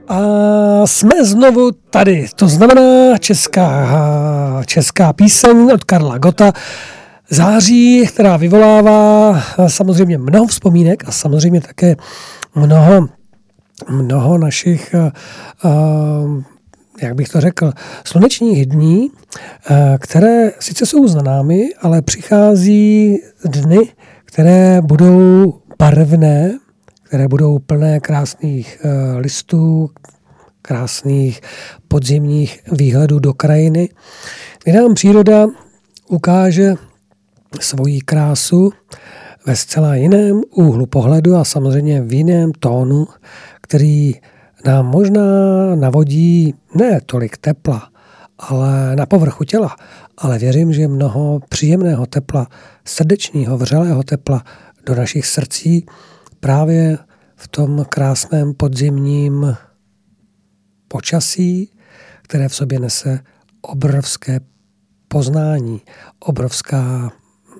A jsme znovu tady, to znamená česká píseň od Karla Gotta Září, která vyvolává samozřejmě mnoho vzpomínek a samozřejmě také mnoho našich, jak bych to řekl, slunečních dní, které sice jsou za námi, ale přichází dny, které budou barevné, které budou plné krásných listů, krásných podzimních výhledů do krajiny, kde nám příroda ukáže svoji krásu ve zcela jiném úhlu pohledu a samozřejmě v jiném tónu, který nám možná navodí ne tolik tepla, ale na povrchu těla, ale věřím, že mnoho příjemného tepla, srdečního, vřelého tepla do našich srdcí právě v tom krásném podzimním počasí, které v sobě nese obrovské poznání, obrovská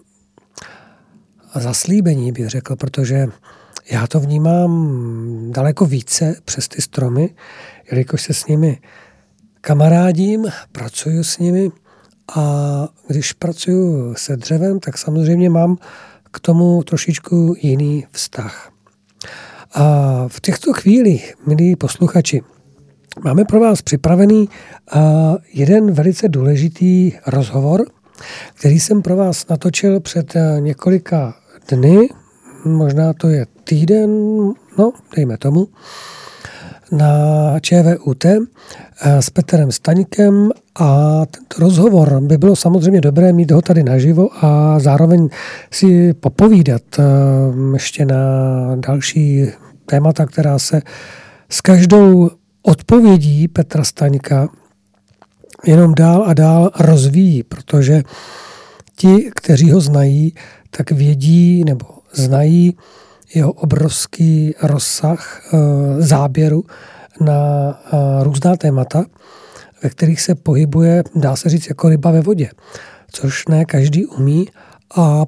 zaslíbení, bych řekl, protože já to vnímám daleko více přes ty stromy, jelikož se s nimi kamarádím, pracuju s nimi a když pracuju se dřevem, tak samozřejmě mám k tomu trošičku jiný vztah. A v těchto chvílích, milí posluchači, máme pro vás připravený jeden velice důležitý rozhovor, který jsem pro vás natočil před několika dny, možná to je týden, no dejme tomu, na ČVUT s Petrem Staňkem a tento rozhovor by bylo samozřejmě dobré mít ho tady naživo a zároveň si popovídat ještě na další témata, která se s každou odpovědí Petra Staňka jenom dál a dál rozvíjí, protože ti, kteří ho znají, tak vědí nebo znají jeho obrovský rozsah záběru na různá témata, ve kterých se pohybuje, dá se říct, jako ryba ve vodě, což ne každý umí a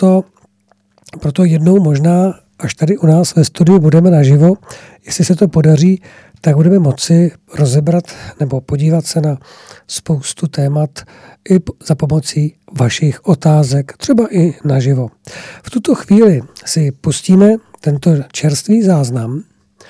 proto jednou možná, až tady u nás ve studiu budeme naživo, jestli se to podaří, tak budeme moci rozebrat nebo podívat se na spoustu témat i za pomocí vašich otázek, třeba i naživo. V tuto chvíli si pustíme tento čerstvý záznam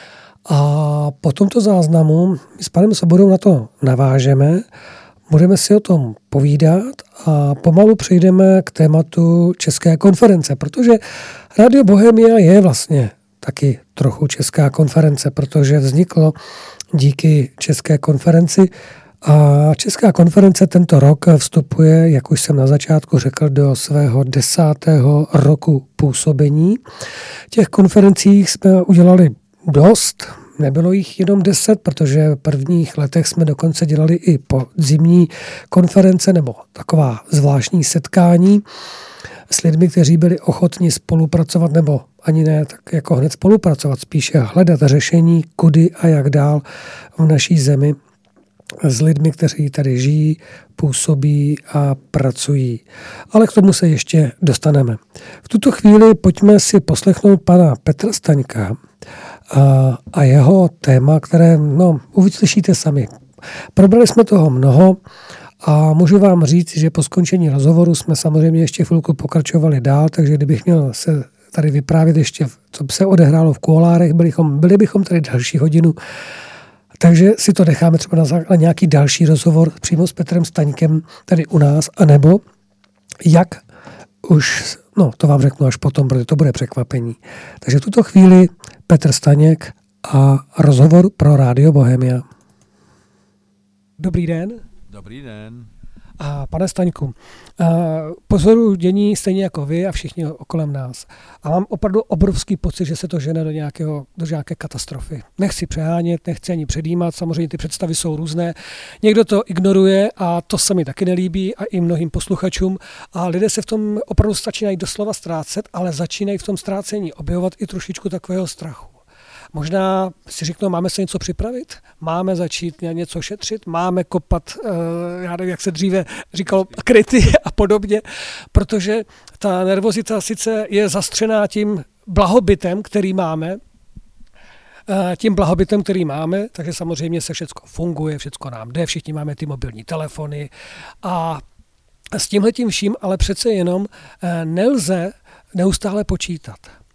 a po tomto záznamu s panem Svobodou na to navážeme, budeme si o tom povídat a pomalu přejdeme k tématu České konference, protože Radio Bohemia je vlastně taky trochu Česká konference, protože vzniklo díky České konferenci a Česká konference tento rok vstupuje, jak už jsem na začátku řekl, do svého 10. roku působení. Těch konferencí jsme udělali dost, nebylo jich jenom 10, protože v prvních letech jsme dokonce dělali i podzimní konference nebo taková zvláštní setkání s lidmi, kteří byli ochotni spolupracovat, nebo ani ne tak jako hned spolupracovat, spíše hledat řešení, kudy a jak dál v naší zemi s lidmi, kteří tady žijí, působí a pracují. Ale k tomu se ještě dostaneme. V tuto chvíli pojďme si poslechnout pana Petra Staňka a jeho téma, které, uslyšíte sami. Probrali jsme toho mnoho a můžu vám říct, že po skončení rozhovoru jsme samozřejmě ještě chvilku pokračovali dál, takže kdybych měl se tady vyprávět ještě, co by se odehrálo v kuloárech, byli bychom tady další hodinu. Takže si to necháme třeba na nějaký další rozhovor přímo s Petrem Staňkem tady u nás, anebo jak už, to vám řeknu až potom, protože to bude překvapení. Takže v tuto chvíli Petr Staněk a rozhovor pro Rádio Bohemia. Dobrý den. Dobrý den. A pane Staňku, pozoruju dění stejně jako vy a všichni okolem nás. A mám opravdu obrovský pocit, že se to žene do nějaké katastrofy. Nechci přehánět, nechci ani předjímat, samozřejmě ty představy jsou různé. Někdo to ignoruje a to se mi taky nelíbí a i mnohým posluchačům. A lidé se v tom opravdu začínají doslova ztrácet, ale začínají v tom ztrácení objevovat i trošičku takového strachu. Možná si řeknou, máme se něco připravit, máme začít něco šetřit, máme kopat, já nevím, jak se dříve říkalo, kryty a podobně, protože ta nervozita sice je zastřená tím blahobytem, který máme, tím blahobytem, který máme, takže samozřejmě se všecko funguje, všecko nám jde, všichni máme ty mobilní telefony a s tímhletím vším ale přece jenom nelze neustále počítat.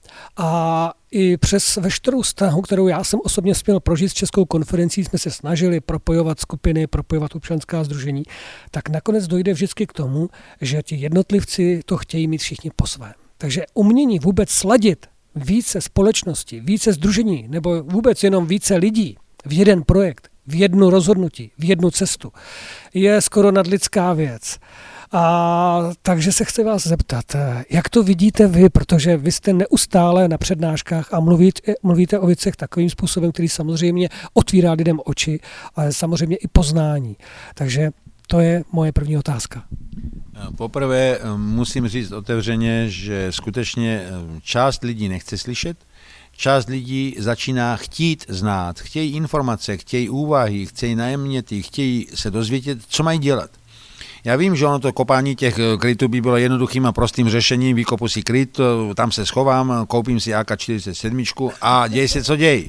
A i přes veškerou snahu, kterou já jsem osobně směl prožít s Českou konferencí, jsme se snažili propojovat skupiny, propojovat občanská sdružení, tak nakonec dojde vždycky k tomu, že ti jednotlivci to chtějí mít všichni po svém. Takže umění vůbec sladit více společnosti, více sdružení nebo vůbec jenom více lidí v jeden projekt, v jednu rozhodnutí, v jednu cestu, je skoro nadlidská věc. A takže se chci vás zeptat, jak to vidíte vy, protože vy jste neustále na přednáškách a mluvíte o věcech takovým způsobem, který samozřejmě otvírá lidem oči, ale samozřejmě i poznání. Takže to je moje první otázka. Poprvé musím říct otevřeně, že skutečně část lidí nechce slyšet, část lidí začíná chtít znát, chtějí informace, chtějí úvahy, chtějí náměty, chtějí se dozvědět, co mají dělat. Já vím, že ono to kopání těch krytů by bylo jednoduchým a prostým řešením, vykopu si kryt, tam se schovám, koupím si AK-47 a děj se, co děj.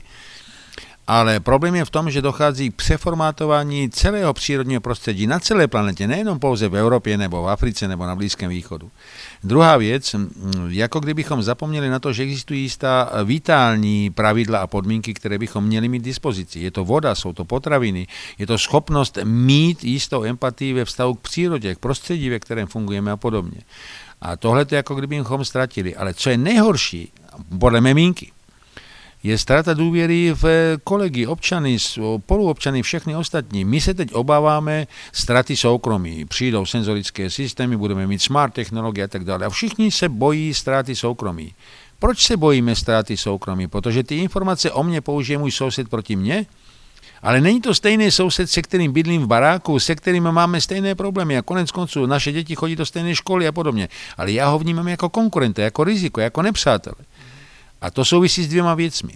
Ale problém je v tom, že dochází k přeformátování celého přírodního prostředí na celé planetě, nejenom pouze v Evropě nebo v Africe nebo na Blízkém východu. Druhá věc, jako kdybychom zapomněli na to, že existují jistá vitální pravidla a podmínky, které bychom měli mít k dispozici. Je to voda, jsou to potraviny, je to schopnost mít jistou empatii ve vztahu k přírodě, k prostředí, ve kterém fungujeme a podobně. A tohle to jako kdybychom ztratili. Ale co je nejhorší, podle mé mínky, je ztráta důvěry v kolegy, občany, spoluobčany, všechny ostatní. My se teď obáváme ztráty soukromí. Přijdou senzorické systémy, budeme mít smart technologie a tak dále. A všichni se bojí ztráty soukromí. Proč se bojíme ztráty soukromí? Protože ty informace o mně použije můj soused proti mně, ale není to stejný soused, se kterým bydlím v baráku, se kterým máme stejné problémy a konec konců naše děti chodí do stejné školy a podobně. Ale já ho vnímám jako konkurenta, jako riziko, jako nepřátele. A to souvisí s dvěma věcmi.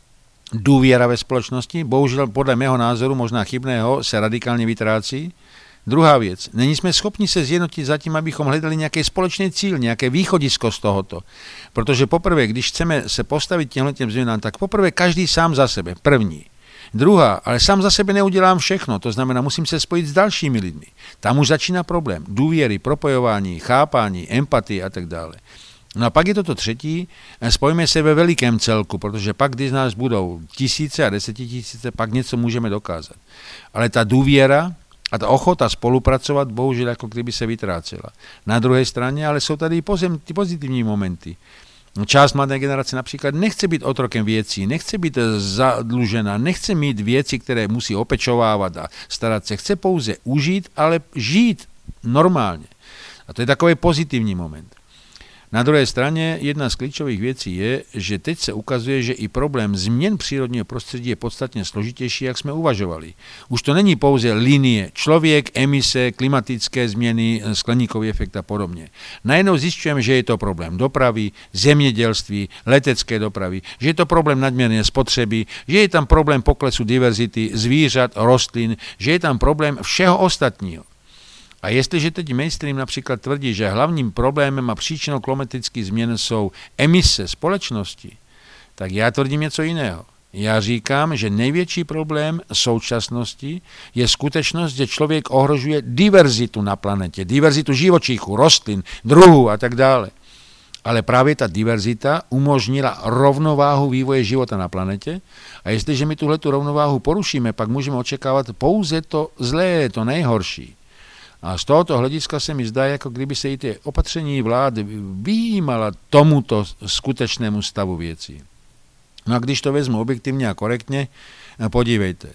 Důvěra ve společnosti, bohužel podle mého názoru, možná chybného, se radikálně vytrácí. Druhá věc, není jsme schopni se zjednotit zatím, abychom hledali nějaký společný cíl, nějaké východisko z tohoto. Protože poprvé, když chceme se postavit těmhletěm změnám, tak poprvé každý sám za sebe, první. Druhá, ale sám za sebe neudělám všechno, to znamená, musím se spojit s dalšími lidmi. Tam už začíná problém. Důvěry, propojování, chápání, empatie a tak dále. No a pak je to třetí, spojíme se ve velikém celku, protože pak, když nás budou tisíce a desetitisíce, pak něco můžeme dokázat. Ale ta důvěra a ta ochota spolupracovat, bohužel jako kdyby se vytrácela. Na druhé straně, ale jsou tady i ty pozitivní momenty. Část mladé generace například nechce být otrokem věcí, nechce být zadlužena, nechce mít věci, které musí opečovávat a starat se. Chce pouze užít, ale žít normálně. A to je takový pozitivní moment. Na druhé straně jedna z klíčových věcí je, že teď se ukazuje, že i problém změn přírodního prostředí je podstatně složitější, jak jsme uvažovali. Už to není pouze linie člověk, emise, klimatické změny, skleníkový efekt a podobně. Najednou zjišťujeme, že je to problém dopravy, zemědělství, letecké dopravy, že je to problém nadměrné spotřeby, že je tam problém poklesu diverzity zvířat, rostlin, že je tam problém všeho ostatního. A jestliže teď mainstream například tvrdí, že hlavním problémem a příčinou klimatických změn jsou emise společnosti, tak já tvrdím něco jiného. Já říkám, že největší problém současnosti je skutečnost, že člověk ohrožuje diverzitu na planetě, diverzitu živočichů, rostlin, druhů a tak dále. Ale právě ta diverzita umožnila rovnováhu vývoje života na planetě a jestliže my tuhletu rovnováhu porušíme, pak můžeme očekávat pouze to zlé, to nejhorší. A z tohoto hlediska se mi zdá, jako kdyby se i ty opatření vlády vyjímala tomuto skutečnému stavu věcí. No a když to vezmu objektivně a korektně, podívejte.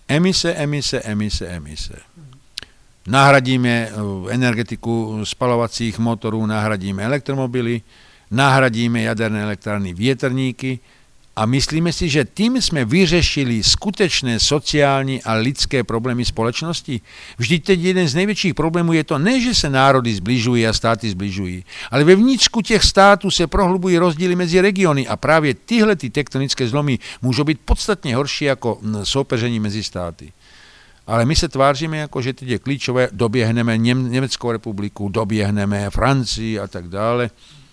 Emise. Nahradíme energetiku spalovacích motorů, nahradíme elektromobily, nahradíme jaderné elektrárny, větrníky a myslíme si, že tím jsme vyřešili skutečné sociální a lidské problémy společnosti. Vždyť teď jeden z největších problémů je to ne, že se národy zbližují a státy zbližují, ale ve vnitřku těch států se prohlubují rozdíly mezi regiony a právě tyhle ty tektonické zlomy můžou být podstatně horší jako soupeření mezi státy. Ale my se tváříme jako, že teď je klíčové, doběhneme Německou republiku, doběhneme Francii a tak dále.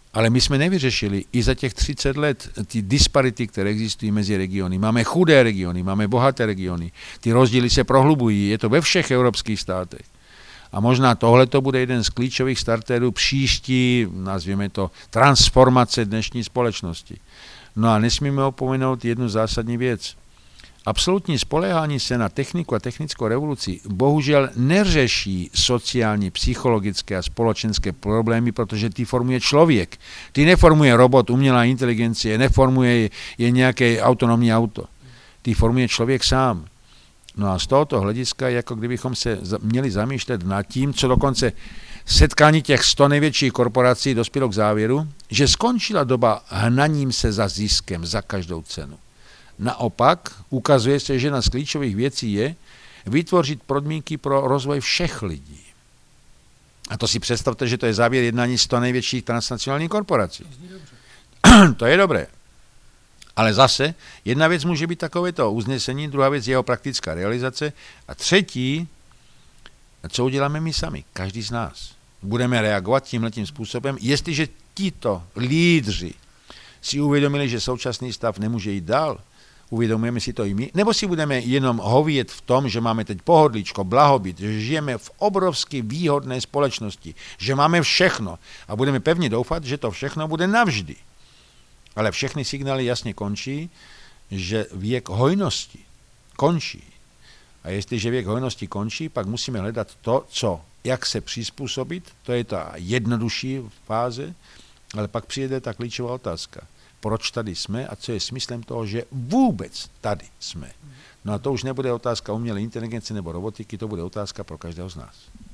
Ale my jsme nevyřešili i za těch 30 let ty disparity, které existují mezi regiony. Máme chudé regiony, máme bohaté regiony. Ty rozdíly se prohlubují, je to ve všech evropských státech. A možná tohle to bude jeden z klíčových starterů příští, nazvěme to, transformace dnešní společnosti. No a nesmíme opomenout jednu zásadní věc. Absolutní spoléhání se na techniku a technickou revoluci bohužel neřeší sociální, psychologické a společenské problémy, protože ty formuje člověk. Ty neformuje robot, umělá inteligencie, neformuje je nějaké autonomní auto. Ty formuje člověk sám. No a z tohoto hlediska, jako kdybychom se měli zamýšlet nad tím, co dokonce setkání těch 100 největších korporací dospělo k závěru, že skončila doba hnaním se za ziskem za každou cenu. Naopak ukazuje se, že jedna z klíčových věcí je vytvořit podmínky pro rozvoj všech lidí. A to si představte, že to je závěr jednání 100 největších transnacionálních korporací. To je dobré. Ale zase, jedna věc může být takovéto uznesení, druhá věc je jeho praktická realizace a třetí, co uděláme my sami, každý z nás. Budeme reagovat tímhletím způsobem, jestliže tito lídři si uvědomili, že současný stav nemůže jít dál, uvědomujeme si to i my, nebo si budeme jenom hovět v tom, že máme teď pohodlíčko, blahobyt, že žijeme v obrovsky výhodné společnosti, že máme všechno a budeme pevně doufat, že to všechno bude navždy. Ale všechny signály jasně končí, že věk hojnosti končí. A jestliže věk hojnosti končí, pak musíme hledat to, jak se přizpůsobit, to je ta jednodušší fáze, ale pak přijde ta klíčová otázka. Proč tady jsme a co je smyslem toho, že vůbec tady jsme. No a to už nebude otázka umělé inteligence nebo robotiky, to bude otázka pro každého z nás.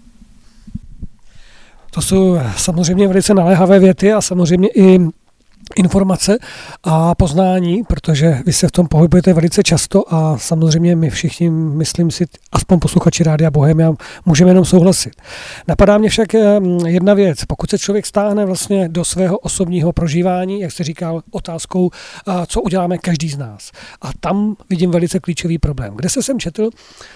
To jsou samozřejmě velice naléhavé věty a samozřejmě i informace a poznání, protože vy se v tom pohybujete velice často a samozřejmě my všichni, myslím si, aspoň posluchači Rádia Bohemia, můžeme jenom souhlasit. Napadá mě však jedna věc. Pokud se člověk stáhne vlastně do svého osobního prožívání, jak jste říkal, otázkou, co uděláme každý z nás. A tam vidím velice klíčový problém. Kde jsem četl,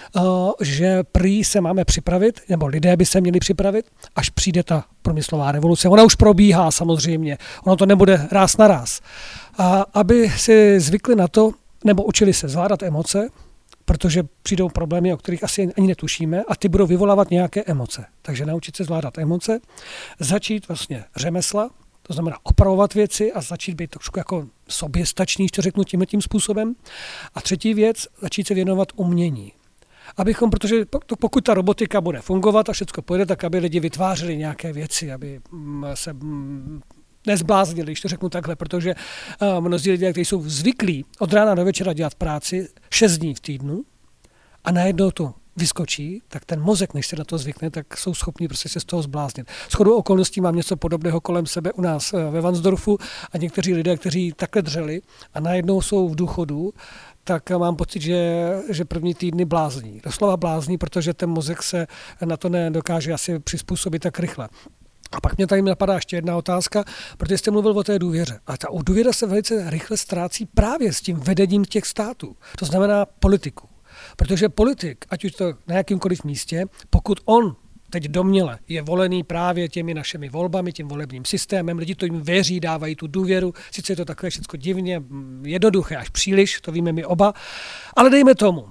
že prý se máme připravit, nebo lidé by se měli připravit, až přijde ta průmyslová revoluce. Ona už probíhá samozřejmě. Ono to nebude ráz na ráz. A aby si zvykli na to, nebo učili se zvládat emoce, protože přijdou problémy, o kterých asi ani netušíme, a ty budou vyvolávat nějaké emoce. Takže naučit se zvládat emoce, začít vlastně řemesla, to znamená opravovat věci a začít být trošku jako soběstačný, když to řeknu tímhletím způsobem. A třetí věc, začít se věnovat umění. Abychom, protože pokud ta robotika bude fungovat a všechno pojede, tak aby lidi vytvářeli nějaké věci, aby se nezbláznili, když to řeknu takhle, protože mnozí lidé, kteří jsou zvyklí od rána do večera dělat práci 6 dní v týdnu a najednou to vyskočí, tak ten mozek, než se na to zvykne, tak jsou schopni prostě se z toho zbláznit. Shodou okolností mám něco podobného kolem sebe u nás ve Vansdorfu a někteří lidé, kteří takhle dřeli a najednou jsou v důchodu, tak mám pocit, že první týdny blázní. Doslova blázní, protože ten mozek se na to nedokáže asi přizpůsobit tak rychle. A pak mě tady napadá ještě jedna otázka, protože jste mluvil o té důvěře. A ta důvěra se velice rychle ztrácí právě s tím vedením těch států. To znamená politiku. Protože politik, ať už to na jakýmkoliv místě, pokud on teď domněle je volený právě těmi našimi volbami, tím volebním systémem, lidi to jim věří, dávají tu důvěru, sice je to takové všechno divně jednoduché, až příliš, to víme my oba, ale dejme tomu.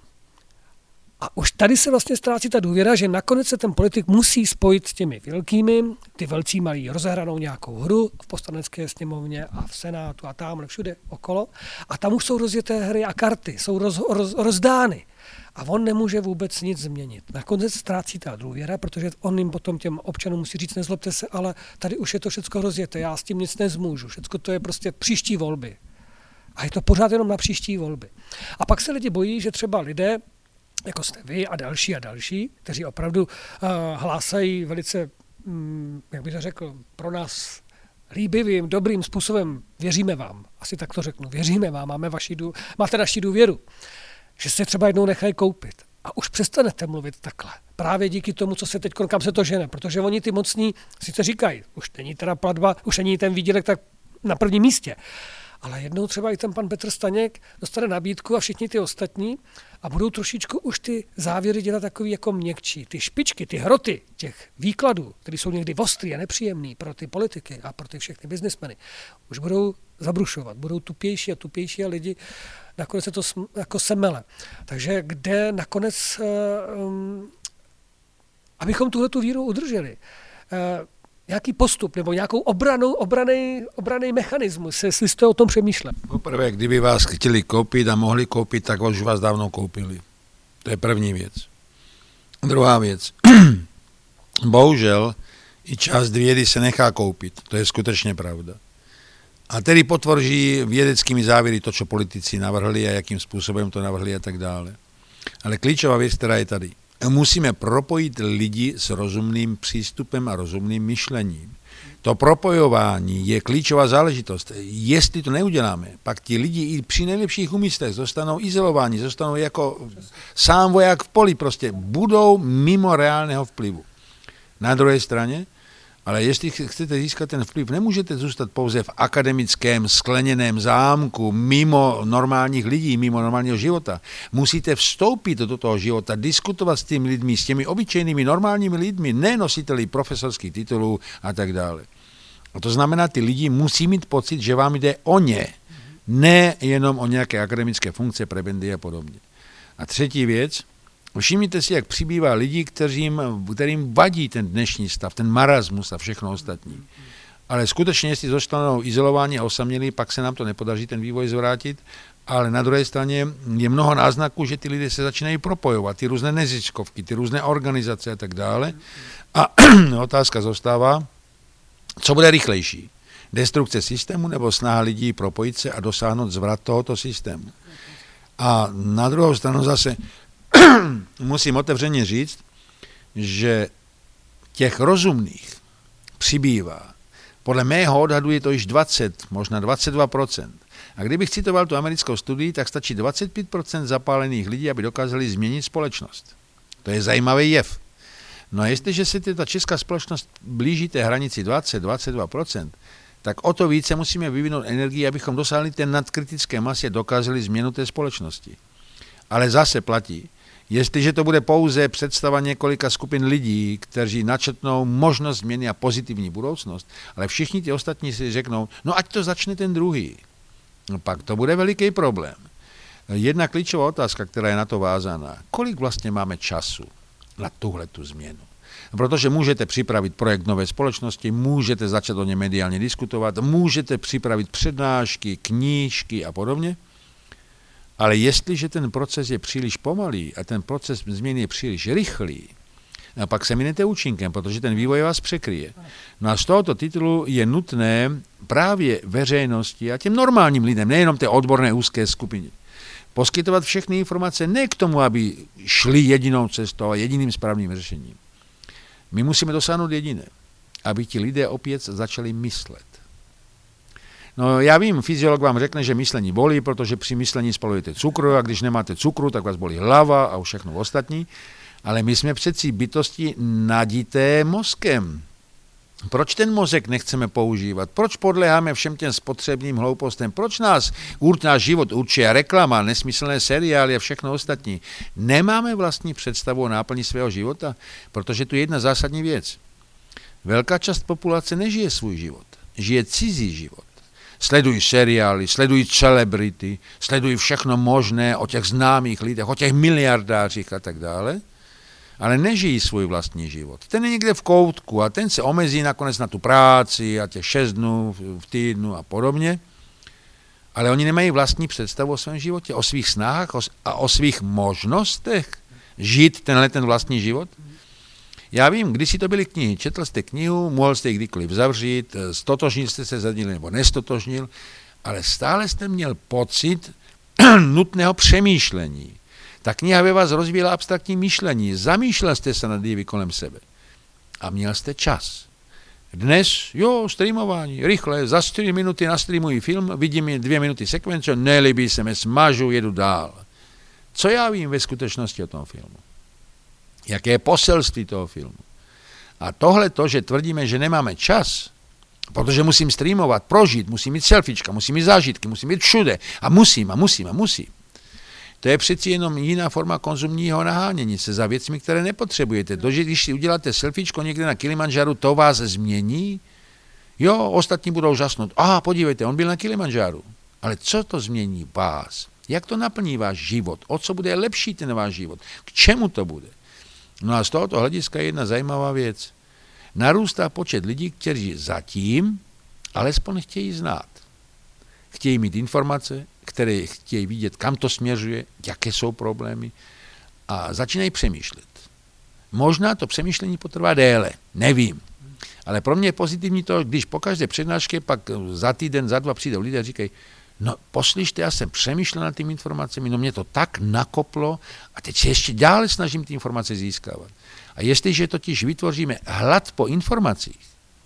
A už tady se vlastně ztrácí ta důvěra, že nakonec se ten politik musí spojit s těmi velkými, ty velcí mají rozehranou nějakou hru v poslanecké sněmovně a v senátu a tamhle všude okolo a tam už jsou rozjeté hry a karty, jsou rozdány. A on nemůže vůbec nic změnit. Nakonec ztrácí ta důvěra, protože on jim potom těm občanům musí říct, nezlobte se, ale tady už je to všecko rozjeté, já s tím nic nezmůžu, všecko to je prostě příští volby. A je to pořád jenom na příští volby. A pak se lidi bojí, že třeba lidé, jako jste vy a další, kteří opravdu hlásají velice, jak bych to řekl, pro nás líbivým, dobrým způsobem, věříme vám, asi tak to řeknu, věříme vám, máte naši důvěru, že se třeba jednou nechají koupit. A už přestanete mluvit takhle. Právě díky tomu, co se teď, kam se to žene, protože oni ty mocní sice říkají, už není teda platba, už není ten výdělek tak na prvním místě. ale jednou třeba i ten pan Petr Staněk dostane nabídku a všichni ty ostatní a budou trošičku už ty závěry dělat takový jako měkčí. Ty špičky, ty hroty těch výkladů, které jsou někdy ostrý a nepříjemný pro ty politiky a pro ty všechny biznismeny, už budou zabrušovat, budou tupější a lidi nakonec se to jako semele. Takže kde nakonec, abychom tuhletu víru udrželi, nějaký postup nebo nějakou obraný mechanismus, jestli jste o tom přemýšlel? Poprvé, kdyby vás chtěli koupit a mohli koupit, tak už vás dávno koupili. To je první věc. Druhá věc. Bohužel i část vědy se nechá koupit. To je skutečně pravda. A tedy potvrdí vědeckými závěry to, co politici navrhli a jakým způsobem to navrhli a tak dále. Ale klíčová věc, která je tady. Musíme propojit lidi s rozumným přístupem a rozumným myšlením. To propojování je klíčová záležitost. Jestli to neuděláme, pak ti lidi i při nejlepších úmyslech zůstanou izolováni, zůstanou jako sám voják v poli, prostě budou mimo reálného vplyvu. Na druhé straně, ale jestli chcete získat ten vplyv, nemůžete zůstat pouze v akademickém skleněném zámku, mimo normálních lidí, mimo normálního života. Musíte vstoupit do toho života, diskutovat s těmi lidmi, s těmi obyčejnými normálními lidmi, ne nositeli profesorských titulů a tak dále. A to znamená, ty lidi musí mít pocit, že vám jde o ně, ne jenom o nějaké akademické funkce, prebendy a podobně. A třetí věc, všimněte si, jak přibývá lidí, kterým vadí ten dnešní stav, ten marasmus a všechno ostatní. Ale skutečně, jestli zůstanou izolováni a osamělí, pak se nám to nepodaří ten vývoj zvrátit. Ale na druhé straně je mnoho náznaků, že ty lidé se začínají propojovat, ty různé neziskovky, ty různé organizace a tak dále. A otázka zůstává, co bude rychlejší? Destrukce systému nebo snaha lidí propojit se a dosáhnout zvrat tohoto systému? A na druhou stranu zase musím otevřeně říct, že těch rozumných přibývá. Podle mého odhadu je to již 20, možná 22%. A kdybych citoval tu americkou studii, tak stačí 25% zapálených lidí, aby dokázali změnit společnost. To je zajímavý jev. No a jestliže se ta česká společnost blíží té hranici 20-22%, tak o to více musíme vyvinout energii, abychom dosáhli té nadkritické masy a dokázali změnu té společnosti. Ale zase platí, jestliže to bude pouze představa několika skupin lidí, kteří načetnou možnost změny a pozitivní budoucnost, ale všichni ti ostatní si řeknou, no ať to začne ten druhý. No pak to bude veliký problém. Jedna klíčová otázka, která je na to vázaná, kolik vlastně máme času na tuhletu změnu. Protože můžete připravit projekt nové společnosti, můžete začít o ně mediálně diskutovat, můžete připravit přednášky, knížky a podobně, ale jestliže ten proces je příliš pomalý a ten proces změny je příliš rychlý, a pak se minete účinkem, protože ten vývoj vás překryje. No a z tohoto titulu je nutné právě veřejnosti a těm normálním lidem, nejenom té odborné úzké skupině, poskytovat všechny informace ne k tomu, aby šli jedinou cestou a jediným správným řešením. My musíme dosáhnout jediné, aby ti lidé opět začali myslet. No já vím, fyziolog vám řekne, že myšlení bolí, protože při myšlení spalujete cukru a když nemáte cukru, tak vás bolí hlava a všechno ostatní. Ale my jsme přeci bytosti nadité mozkem. Proč ten mozek nechceme používat? Proč podléháme všem těm spotřebním hloupostem? Proč náš život určuje reklama, nesmyslné seriály a všechno ostatní? Nemáme vlastní představu o náplni svého života, protože tu je jedna zásadní věc. Velká část populace nežije svůj život, žije cizí život. Sledují seriály, sledují celebrity, sledují všechno možné o těch známých lidech, o těch miliardářích a tak dále, ale nežijí svůj vlastní život. Ten je někde v koutku a ten se omezí nakonec na tu práci a těch 6 dnů v týdnu a podobně, ale oni nemají vlastní představu o svém životě, o svých snahách a o svých možnostech žít ten vlastní život. Já vím, když si to byly knihy, četl jste knihu, mohl jste ji kdykoliv zavřít, stotožnil jste se za ní nebo nestotožnil, ale stále jste měl pocit nutného přemýšlení. Ta kniha ve vás rozvíjela abstraktní myšlení, zamýšlel jste se nad jevy kolem sebe a měl jste čas. Dnes, streamování, rychle, za 4 minuty nastreamuji film, vidím 2 minuty sekvence, nelíbí se mi, smažu, jedu dál. Co já vím ve skutečnosti o tom filmu? Jaké je poselství toho filmu? A tohle to, že tvrdíme, že nemáme čas Protože musím streamovat, prožít, musím mít selfiečka, musím mít zážitky, musím mít všude. A musím. To je přeci jenom jiná forma konzumního nahánění se za věcmi, které nepotřebujete. To, že když si uděláte selfiečko někde na Kilimanjáru, to vás změní? Jo, ostatní budou žasnout. Podívejte, on byl na Kilimanjáru. Ale co to změní vás? Jak to naplní váš život? O co bude lepší ten váš život? K čemu to bude? No a z tohoto hlediska je jedna zajímavá věc. Narůstá počet lidí, kteří zatím alespoň chtějí znát. Chtějí mít informace, které chtějí vidět, kam to směřuje, jaké jsou problémy a začínají přemýšlet. Možná to přemýšlení potrvá déle, nevím. Ale pro mě je pozitivní to, když po každé přednášce pak za týden, za dva přijdou lidé a říkají, no poslyšte, já jsem přemýšlel nad těmi informacemi, no mě to tak nakoplo a teď se ještě dále snažím ty informace získávat. A jestliže totiž vytvoříme hlad po informacích,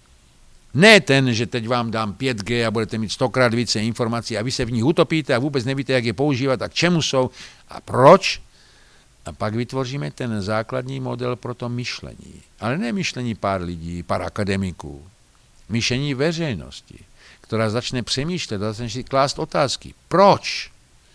ne ten, že teď vám dám 5G a budete mít 100krát více informací a vy se v nich utopíte a vůbec nevíte, jak je používat a k čemu jsou a proč, a pak vytvoříme ten základní model pro to myšlení. Ale ne myšlení pár lidí, pár akademiků. Myšlení veřejnosti, která začne přemýšlet, začne si klást otázky. Proč?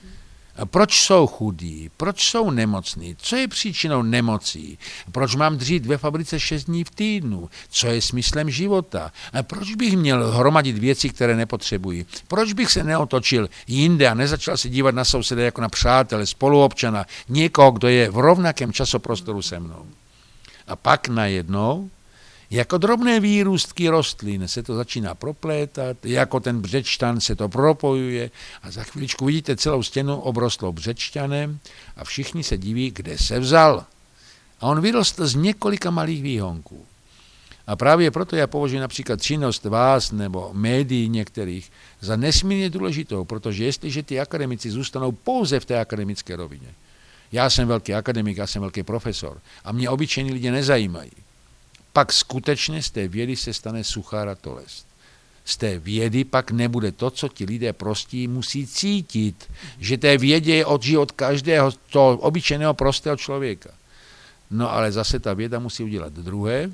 A proč jsou chudí? Proč jsou nemocní? Co je příčinou nemocí? Proč mám dřít ve fabrice 6 dní v týdnu? Co je smyslem života? A proč bych měl hromadit věci, které nepotřebuji? Proč bych se neotočil jinde a nezačal se dívat na souseda jako na přátele, spoluobčana, někoho, kdo je v rovnakém časoprostoru se mnou? A pak najednou, jako drobné výrůstky rostlin se to začíná proplétat, jako ten břečťan se to propojuje a za chviličku vidíte celou stěnu obrostlou břečťanem a všichni se diví, kde se vzal. A on vyrostl z několika malých výhonků. A právě proto já považuji například činnost vás nebo médií některých za nesmírně důležitou, protože jestliže ty akademici zůstanou pouze v té akademické rovině, já jsem velký akademik, já jsem velký profesor a mě obyčejní lidé nezajímají, pak skutečně z té vědy se stane suchá ratolest. Z té vědy pak nebude to, co ti lidé prostí musí cítit, že té vědě je od každého toho obyčejného prostého člověka. No ale zase ta věda musí udělat druhé,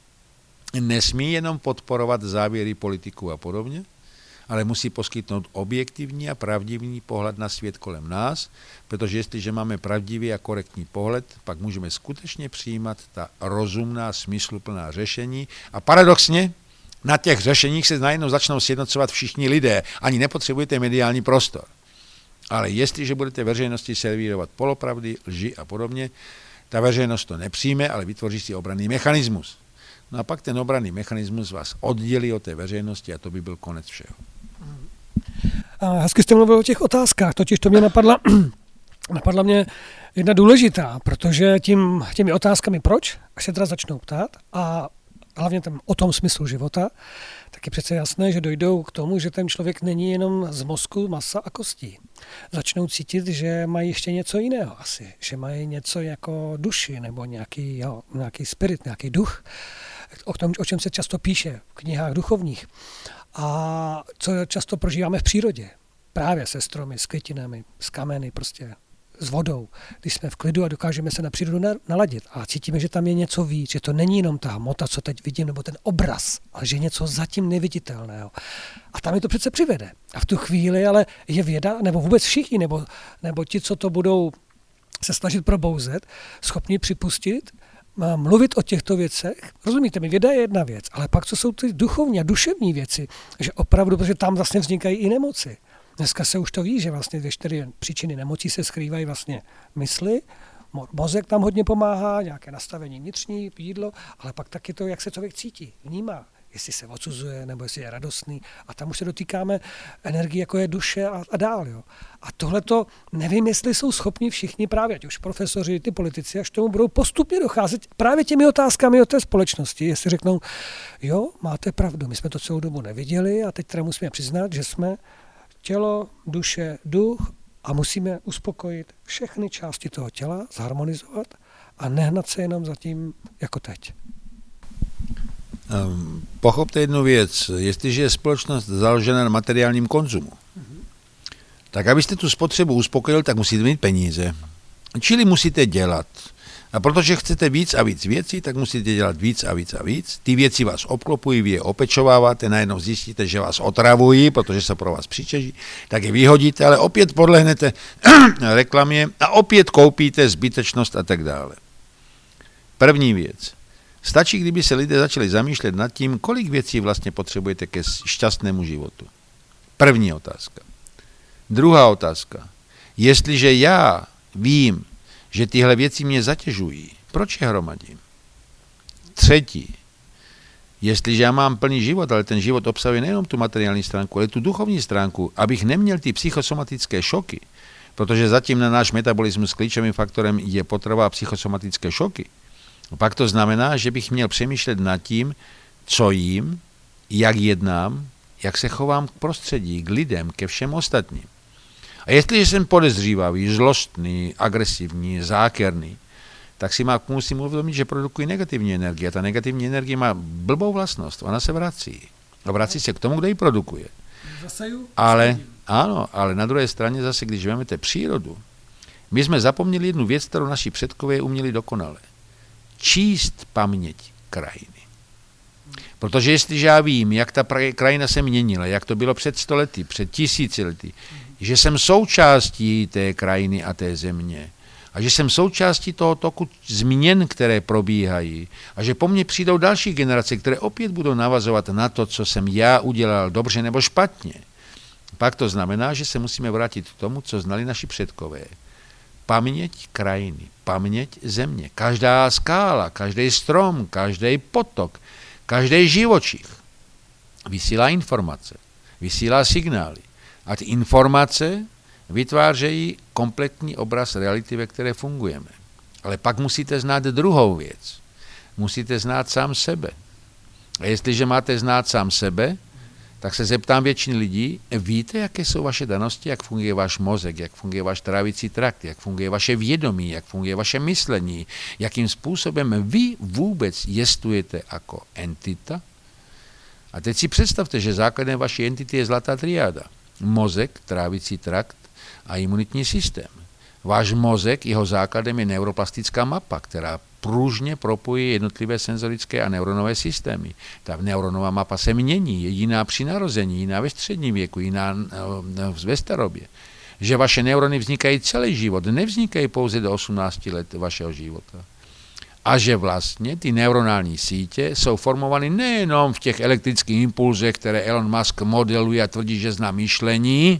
nesmí jenom podporovat závěry politiků a podobně, ale musí poskytnout objektivní a pravdivý pohled na svět kolem nás, protože jestliže máme pravdivý a korektní pohled, pak můžeme skutečně přijímat ta rozumná, smysluplná řešení a paradoxně na těch řešeních se najednou začnou sjednocovat všichni lidé, ani nepotřebujete mediální prostor. Ale jestliže budete veřejnosti servírovat polopravdy, lži a podobně, ta veřejnost to nepřijme, ale vytvoří si obranný mechanismus. No a pak ten obranný mechanismus vás oddělí od té veřejnosti a to by byl konec všeho. Hezky jste mluvil o těch otázkách, totiž to mě napadla mě jedna důležitá, protože těmi otázkami proč, až se teda začnou ptát a hlavně o tom smyslu života, tak je přece jasné, že dojdou k tomu, že ten člověk není jenom z mozku, masa a kostí. Začnou cítit, že mají ještě něco jiného asi, že mají něco jako duši nebo nějaký spirit, nějaký duch, o čem se často píše v knihách duchovních a co často prožíváme v přírodě. Právě se stromy, s květinami, s kameny, prostě s vodou, když jsme v klidu a dokážeme se na přírodu naladit a cítíme, že tam je něco víc, že to není jenom ta hmota, co teď vidím, nebo ten obraz, ale že je něco zatím neviditelného. A tam je to přece přivede. A v tu chvíli ale je věda, nebo vůbec všichni, nebo ti, co to budou se snažit probouzet, schopni připustit, mluvit o těchto věcech. Rozumíte mi, věda je jedna věc, ale pak co jsou ty duchovní a duševní věci, že opravdu, protože tam vlastně vznikají i nemoci. Dneska se už to ví, že vlastně 4 příčiny nemocí se skrývají vlastně mysli, mozek tam hodně pomáhá, nějaké nastavení vnitřní, jídlo, ale pak taky to, jak se člověk cítí, vnímá, jestli se odsuzuje, nebo jestli je radostný. A tam už se dotýkáme energie, jako je duše a dál. Jo. A tohleto, nevím, jestli jsou schopni všichni právě, ať už profesoři, ty politici, až tomu budou postupně docházet právě těmi otázkami o té společnosti. Jestli řeknou, jo, máte pravdu, my jsme to celou dobu neviděli a teď teda musíme přiznat, že jsme tělo, duše, duch a musíme uspokojit všechny části toho těla, zharmonizovat a nehnat se jenom za tím jako teď. Pochopte jednu věc. Jestliže je společnost založena na materiálním konzumu, tak abyste tu spotřebu uspokojil, tak musíte mít peníze. Čili musíte dělat. A protože chcete víc a víc věcí, tak musíte dělat víc a víc a víc. Ty věci vás obklopují, vy je opečováváte, najednou zjistíte, že vás otravují, protože se pro vás přičeží, tak je vyhodíte, ale opět podlehnete reklamě a opět koupíte zbytečnost a tak dále. První věc. Stačí, kdyby se lidé začali zamýšlet nad tím, kolik věcí vlastně potřebujete ke šťastnému životu. První otázka. Druhá otázka. Jestliže já vím, že tyhle věci mě zatěžují, proč je hromadím? Třetí. Jestliže já mám plný život, ale ten život obsahuje nejenom tu materiální stránku, ale tu duchovní stránku, abych neměl ty psychosomatické šoky, protože zatím na náš metabolismus klíčovým faktorem je potrava psychosomatické šoky, pak to znamená, že bych měl přemýšlet nad tím, co jím, jak jednám, jak se chovám k prostředí, k lidem, ke všem ostatním. A jestliže jsem podezřívavý, zlostný, agresivní, zákerný, tak si musím uvědomit, že produkuji negativní energii. A ta negativní energie má blbou vlastnost. Ona se vrací. A vrací se k tomu, kdo ji produkuje. Ale na druhé straně zase, když vezmete přírodu, my jsme zapomněli jednu věc, kterou naši předkové uměli dokonale. Číst paměť krajiny. Protože jestliže já vím, jak ta krajina se měnila, jak to bylo před 100 lety, před 1000 lety, že jsem součástí té krajiny a té země a že jsem součástí toho toku změn, které probíhají a že po mně přijdou další generace, které opět budou navazovat na to, co jsem já udělal dobře nebo špatně, pak to znamená, že se musíme vrátit k tomu, co znali naši předkové. Paměť krajiny, paměť země. Každá skála, každý strom, každý potok, každý živočich vysílá informace, vysílá signály. A ty informace vytvářejí kompletní obraz reality, ve které fungujeme. Ale pak musíte znát druhou věc. Musíte znát sám sebe. A jestliže máte znát sám sebe, tak se zeptám většiny lidí, víte, jaké jsou vaše danosti, jak funguje váš mozek, jak funguje váš trávicí trakt, jak funguje vaše vědomí, jak funguje vaše myšlení, jakým způsobem vy vůbec jestujete jako entita. A teď si představte, že základem vaší entity je zlatá triáda. Mozek, trávicí trakt a imunitní systém. Váš mozek, jeho základem je neuroplastická mapa, která pružně propojí jednotlivé senzorické a neuronové systémy. Ta neuronová mapa se mění, je jiná při narození, jiná ve středním věku, jiná ve starobě. Že vaše neurony vznikají celý život, nevznikají pouze do 18 let vašeho života. A že vlastně ty neuronální sítě jsou formovány nejenom v těch elektrických impulzech, které Elon Musk modeluje a tvrdí, že zná myšlení,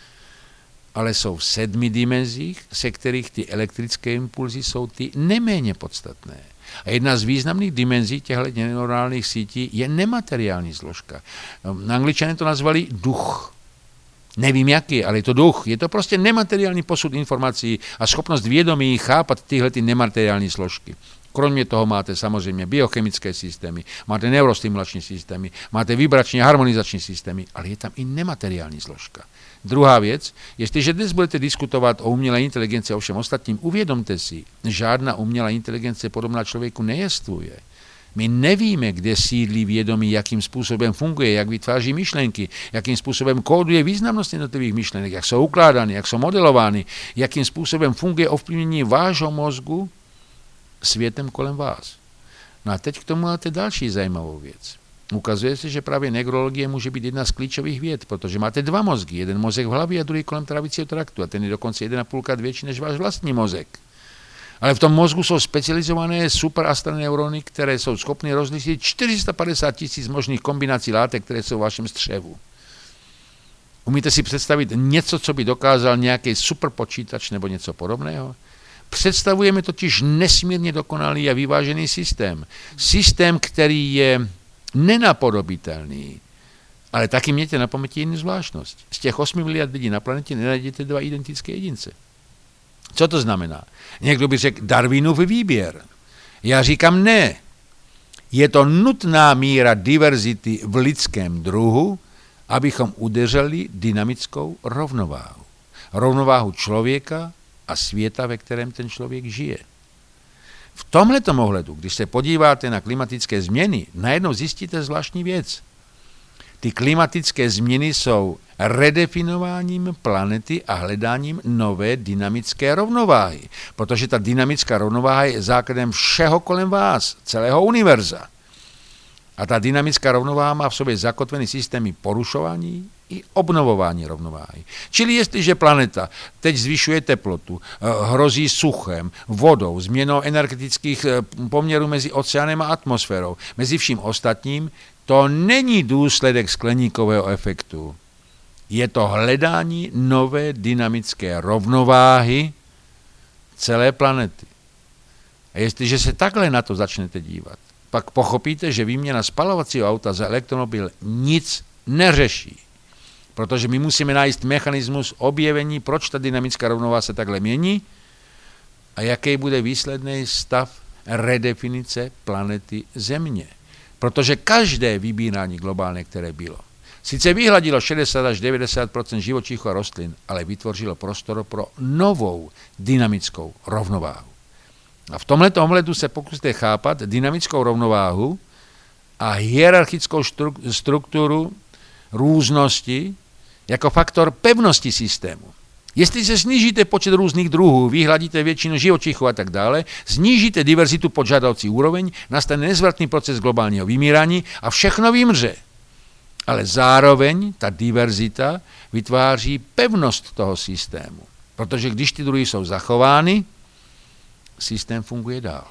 ale jsou v 7 dimenzích, se kterých ty elektrické impulzy jsou ty neméně podstatné. A jedna z významných dimenzí těchto neuronálních sítí je nemateriální složka. Angličané to nazvali duch. Nevím jaký, ale je to duch. Je to prostě nemateriální posud informací a schopnost vědomí chápat tyhle ty nemateriální složky. Kromě toho máte samozřejmě biochemické systémy, máte neurostimulační systémy, máte vibrační a harmonizační systémy, ale je tam i nemateriální složka. Druhá věc, jestliže dnes budete diskutovat o umělé inteligenci a o všem ostatním, uvědomte si, žádná umělá inteligence podobná člověku nejestuje. My nevíme, kde sídlí vědomí, jakým způsobem funguje, jak vytváří myšlenky, jakým způsobem kóduje významnost jednotlivých myšlenek, jak jsou ukládány, jak jsou modelovány, jakým způsobem funguje ovlivnění vášho mozgu světem kolem vás. No a teď k tomu máte další zajímavou věc. Ukazuje se, že právě neurologie může být jedna z klíčových věd, protože máte 2 mozky, jeden mozek v hlavě a druhý kolem trávicího traktu a ten je dokonce 1,5krát větší než váš vlastní mozek. Ale v tom mozgu jsou specializované superastroneurony, které jsou schopny rozlišit 450 000 možných kombinací látek, které jsou v vašem střevu. Umíte si představit něco, co by dokázal nějaký superpočítač nebo něco podobného? Představujeme totiž nesmírně dokonalý a vyvážený systém. Systém, který je nenapodobitelný, ale taky mějte na paměti jinou zvláštnost. Z těch 8 miliard lidí na planetě nenajdete 2 identické jedince. Co to znamená? Někdo by řekl Darwinův výběr. Já říkám ne. Je to nutná míra diverzity v lidském druhu, abychom udrželi dynamickou rovnováhu. Rovnováhu člověka a světa, ve kterém ten člověk žije. V tomhletom ohledu, když se podíváte na klimatické změny, najednou zjistíte zvláštní věc. Ty klimatické změny jsou redefinováním planety a hledáním nové dynamické rovnováhy. Protože ta dynamická rovnováha je základem všeho kolem vás, celého univerza. A ta dynamická rovnováha má v sobě zakotvený systémy porušování i obnovování rovnováhy. Čili jestliže planeta teď zvyšuje teplotu, hrozí suchem, vodou, změnou energetických poměrů mezi oceánem a atmosférou, mezi vším ostatním, to není důsledek skleníkového efektu. Je to hledání nové dynamické rovnováhy celé planety. A jestliže se takhle na to začnete dívat, pak pochopíte, že výměna spalovacího auta za elektromobil nic neřeší. Protože my musíme najít mechanismus objevení, proč ta dynamická rovnováha se takhle mění a jaký bude výsledný stav redefinice planety Země. Protože každé vybírání globálně, které bylo, sice vyhladilo 60 až 90% živočichů a rostlin, ale vytvořilo prostor pro novou dynamickou rovnováhu. A v tomhletom ohledu se pokusíte chápat dynamickou rovnováhu a hierarchickou strukturu různosti jako faktor pevnosti systému. Jestli se snížíte počet různých druhů, vyhladíte většinu živočichů a tak dále, snížíte diverzitu pod žádoucí úroveň, nastane nezvratný proces globálního vymírání a všechno vymře. Ale zároveň ta diverzita vytváří pevnost toho systému. Protože když ty druhy jsou zachovány, systém funguje dál.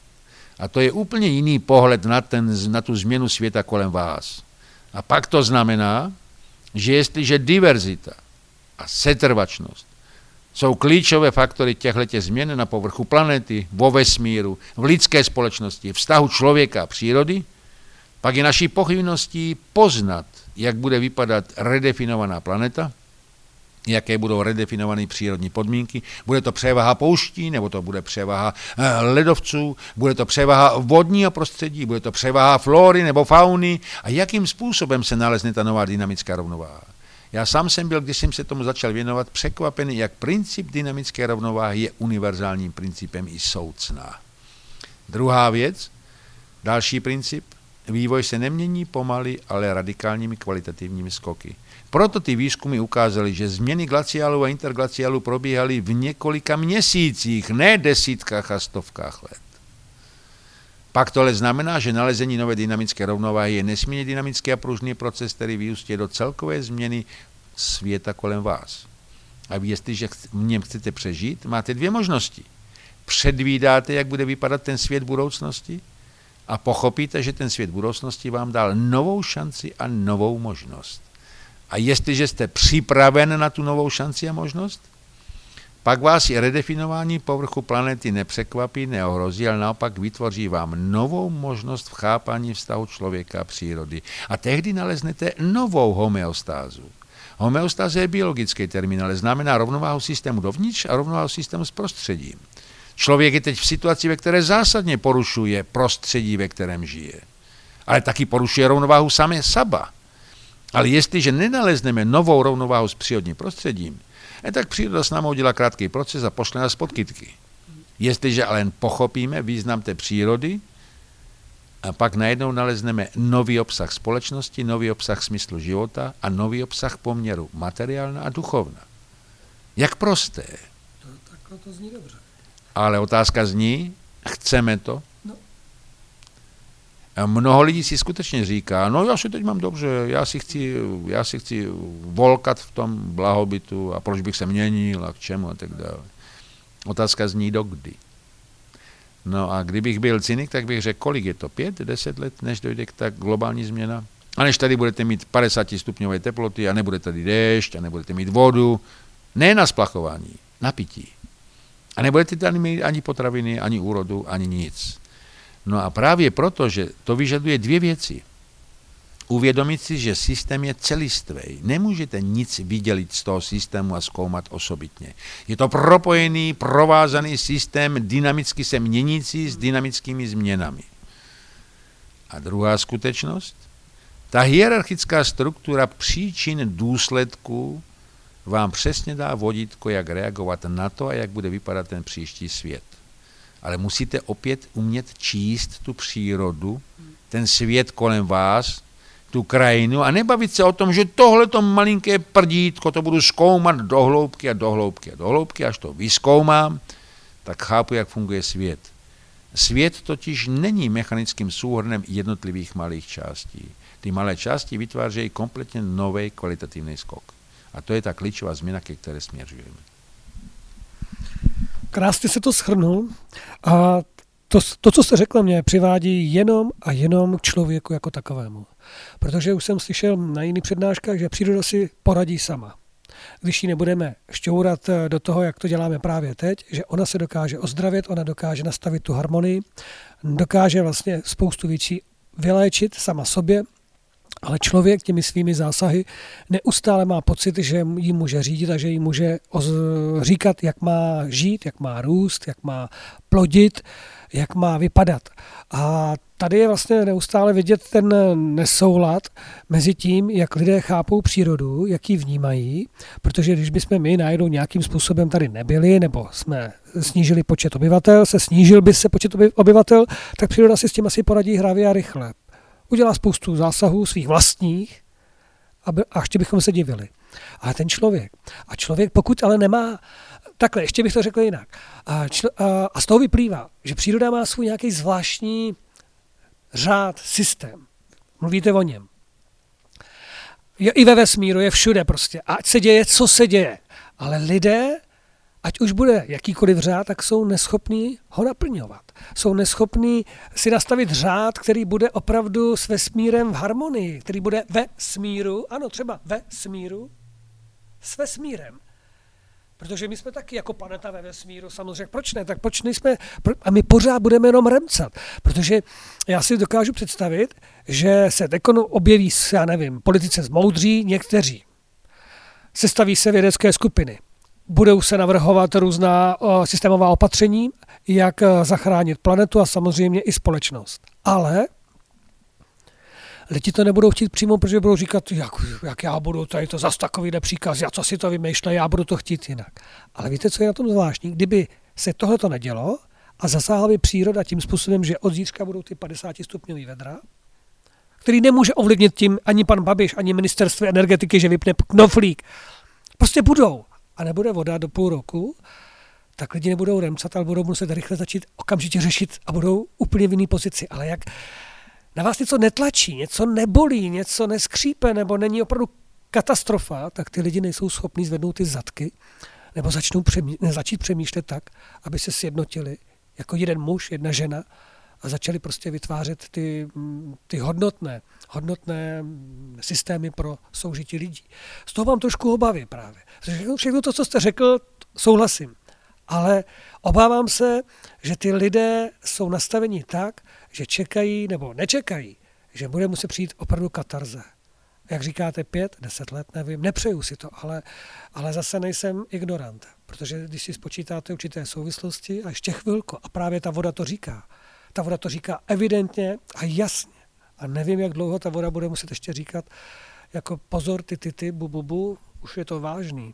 A to je úplně jiný pohled na tu změnu světa kolem vás. A pak to znamená, že jestliže diverzita a setrvačnost jsou klíčové faktory těchto změn na povrchu planety, vo vesmíru, v lidské společnosti, vztahu člověka a přírody, pak je naší pochybností poznat, jak bude vypadat redefinovaná planeta, jaké budou redefinované přírodní podmínky. Bude to převaha pouští, nebo to bude převaha ledovců, bude to převaha vodního prostředí, bude to převaha flóry nebo fauny a jakým způsobem se nalezne ta nová dynamická rovnováha. Já sám jsem byl, když jsem se tomu začal věnovat, překvapený, jak princip dynamické rovnováhy je univerzálním principem i soucná. Druhá věc, další princip, vývoj se nemění pomaly, ale radikálními kvalitativními skoky. Proto ty výzkumy ukázaly, že změny glaciálů a interglaciálů probíhaly v několika měsících, ne desítkách a stovkách let. Pak tohle znamená, že nalezení nové dynamické rovnováhy je nesmírně dynamický a pružný proces, který vyústí do celkové změny světa kolem vás. A vy, jestliže v něm chcete přežít, máte dvě možnosti. Předvídáte, jak bude vypadat ten svět budoucnosti a pochopíte, že ten svět budoucnosti vám dal novou šanci a novou možnost. A jestliže jste připraven na tu novou šanci a možnost, pak vás i redefinování povrchu planety nepřekvapí, neohrozí, ale naopak vytvoří vám novou možnost v chápání vztahu člověka a přírody. A tehdy naleznete novou homeostázu. Homeostáze je biologický termín, ale znamená rovnováhu systému dovnitř a rovnováhu systému s prostředím. Člověk je teď v situaci, ve které zásadně porušuje prostředí, ve kterém žije. Ale taky porušuje rovnováhu samé saba. Ale jestliže nenalezneme novou rovnováhu s přírodním prostředím, tak příroda s námi udělá krátký proces a pošle nás pod kytky. Jestliže ale jen pochopíme význam té přírody, a pak najednou nalezneme nový obsah společnosti, nový obsah smyslu života a nový obsah poměru materiálna a duchovna. Jak prosté. Takhle to zní dobře. Ale otázka zní, chceme to? No. A mnoho lidí si skutečně říká, no já si teď mám dobře, já si chci volkat v tom blahobytu a proč bych se měnil a k čemu a tak dále. Otázka zní dokdy. No a kdybych byl cynik, tak bych řekl, kolik je to? 5-10 let, než dojde k tak globální změna? A než tady budete mít 50 stupňové teploty a nebude tady déšť a nebudete mít vodu, ne na splachování, na pití. A nebudete tady mít ani potraviny, ani úrodu, ani nic. No a právě proto, že to vyžaduje dvě věci. Uvědomit si, že systém je celistvý. Nemůžete nic vydělit z toho systému a zkoumat osobitně. Je to propojený, provázaný systém, dynamicky se měnící s dynamickými změnami. A druhá skutečnost, ta hierarchická struktura příčin důsledků vám přesně dá vodítko, jak reagovat na to a jak bude vypadat ten příští svět. Ale musíte opět umět číst tu přírodu, ten svět kolem vás, tu krajinu a nebavit se o tom, že tohleto malinké prdítko to budu zkoumat do hloubky a do hloubky a do hloubky, až to vyzkoumám, tak chápu, jak funguje svět. Svět totiž není mechanickým souhrnem jednotlivých malých částí. Ty malé části vytvářejí kompletně nový kvalitativní skok. A to je ta klíčová změna, ke které směřujeme. Krásně se to shrnul. A to, co jste řekl, mě přivádí jenom a jenom k člověku jako takovému. Protože už jsem slyšel na jiných přednáškách, že příroda si poradí sama. Když ji nebudeme šťourat do toho, jak to děláme právě teď, že ona se dokáže ozdravit, ona dokáže nastavit tu harmonii, dokáže vlastně spoustu věcí vyléčit sama sobě, ale člověk těmi svými zásahy neustále má pocit, že jí může řídit a že jí může říkat, jak má žít, jak má růst, jak má plodit, jak má vypadat. A tady je vlastně neustále vidět ten nesoulad mezi tím, jak lidé chápou přírodu, jak ji vnímají, protože když bychom my najednou nějakým způsobem tady nebyli, nebo jsme snížili počet obyvatel, snížil by se počet obyvatel, tak příroda si s tím asi poradí hravě a rychle. Udělá spoustu zásahů svých vlastních a ještě bychom se divili. Ale ten člověk, pokud ale nemá, takhle, ještě bych to řekl jinak, a z toho vyplývá, že příroda má svůj nějaký zvláštní řád, systém. Mluvíte o něm. Je i ve vesmíru, je všude prostě. Ať se děje, co se děje. Ale lidé, ať už bude jakýkoliv řád, tak jsou neschopní ho naplňovat. Jsou neschopní si nastavit řád, který bude opravdu s vesmírem v harmonii, který bude ve smíru, ano, třeba ve smíru, s vesmírem. Protože my jsme taky jako planeta ve vesmíru, samozřejmě, proč ne? Tak proč nejsme, a my pořád budeme jenom remcat, protože já si dokážu představit, že se objeví, já nevím, politice zmoudří někteří. Sestaví se vědecké skupiny. Budou se navrhovat různá systémová opatření, jak zachránit planetu a samozřejmě i společnost. Ale lidi to nebudou chtít přímo, protože budou říkat, jak já budu tady to zas takovýhle příkaz, já co si to vymýšlím, já budu to chtít jinak. Ale víte, co je na tom zvláštní? Kdyby se tohle to nedělo a zasáhla by příroda tím způsobem, že od zítřka budou ty 50-stupňový vedra, který nemůže ovlivnit tím ani pan Babiš, ani ministerstvo energetiky, že vypne knoflík. Prostě budou. A nebude voda do půl roku, tak lidi nebudou remcat, ale budou muset rychle začít okamžitě řešit a budou úplně v jiný pozici. Ale jak na vás něco netlačí, něco nebolí, něco neskřípe, nebo není opravdu katastrofa, tak ty lidi nejsou schopní zvednout ty zadky, nebo začít přemýšlet tak, aby se sjednotili jako jeden muž, jedna žena a začali prostě vytvářet ty hodnotné systémy pro soužití lidí. Z toho mám trošku obavy právě. Všechno to, co jste řekl, souhlasím. Ale obávám se, že ty lidé jsou nastaveni tak, že čekají nebo nečekají, že bude muset přijít opravdu katarze. Jak říkáte, 5-10 let, nevím, nepřeju si to, ale zase nejsem ignorant, protože když si spočítáte určité souvislosti a ještě chvilku, a právě ta voda to říká. Ta voda to říká evidentně a jasně. A nevím, jak dlouho ta voda bude muset ještě říkat, jako pozor, ty, bu, už je to vážný.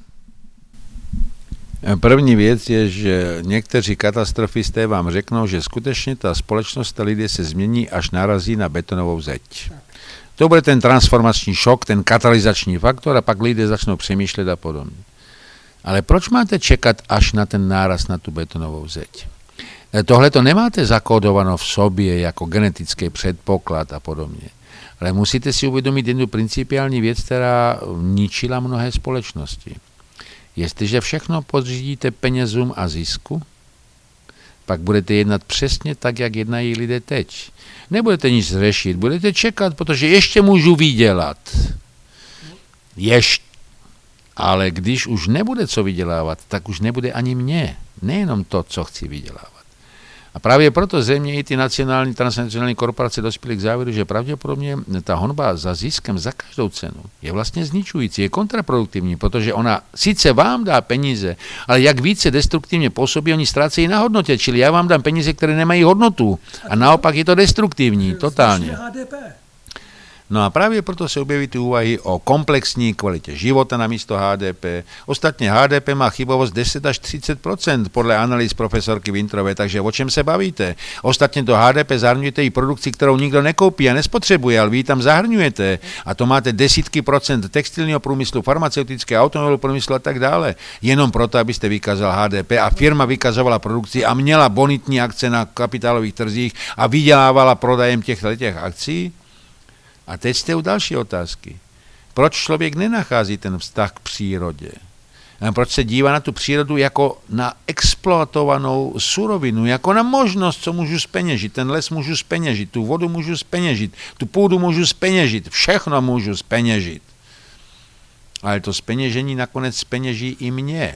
První věc je, že někteří katastrofisté vám řeknou, že skutečně ta společnost, ta lidé se změní, až narazí na betonovou zeď. To bude ten transformační šok, ten katalyzační faktor a pak lidé začnou přemýšlet a podobně. Ale proč máte čekat až na ten náraz na tu betonovou zeď? Tohle to nemáte zakódováno v sobě jako genetický předpoklad a podobně. Ale musíte si uvědomit jednu principiální věc, která ničila mnohé společnosti. Jestliže všechno podřídíte penězům a zisku, pak budete jednat přesně tak, jak jednají lidé teď. Nebudete nic řešit, budete čekat, protože ještě můžu vydělat. Ale když už nebude co vydělávat, tak už nebude ani mě. Nejenom to, co chci vydělávat. A právě proto země i ty nacionální, transnacionální korporace dospěly k závěru, že pravděpodobně ta honba za ziskem za každou cenu je vlastně zničující, je kontraproduktivní, protože ona sice vám dá peníze, ale jak více destruktivně působí, oni ztrácejí na hodnotě, čili já vám dám peníze, které nemají hodnotu a naopak je to destruktivní, totálně. No a právě proto se objeví ty úvahy o komplexní kvalitě života na místo HDP. Ostatně HDP má chybovost 10 až 30% podle analýz profesorky Wintrové, takže o čem se bavíte? Ostatně do HDP zahrnujete i produkci, kterou nikdo nekoupí a nespotřebuje, ale vy tam zahrnujete a to máte desítky procent textilního průmyslu, farmaceutického, automobilového průmyslu a tak dále. Jenom proto, abyste vykázal HDP a firma vykazovala produkci a měla bonitní akce na kapitálových trzích a vydělávala prodajem těch akcí. A teď jste u další otázky. Proč člověk nenachází ten vztah k přírodě? A proč se dívá na tu přírodu jako na exploatovanou surovinu, jako na možnost, co můžu zpeněžit. Ten les můžu zpeněžit, tu vodu můžu zpeněžit, tu půdu můžu zpeněžit, všechno můžu zpeněžit. Ale to zpeněžení nakonec zpeněží i mě.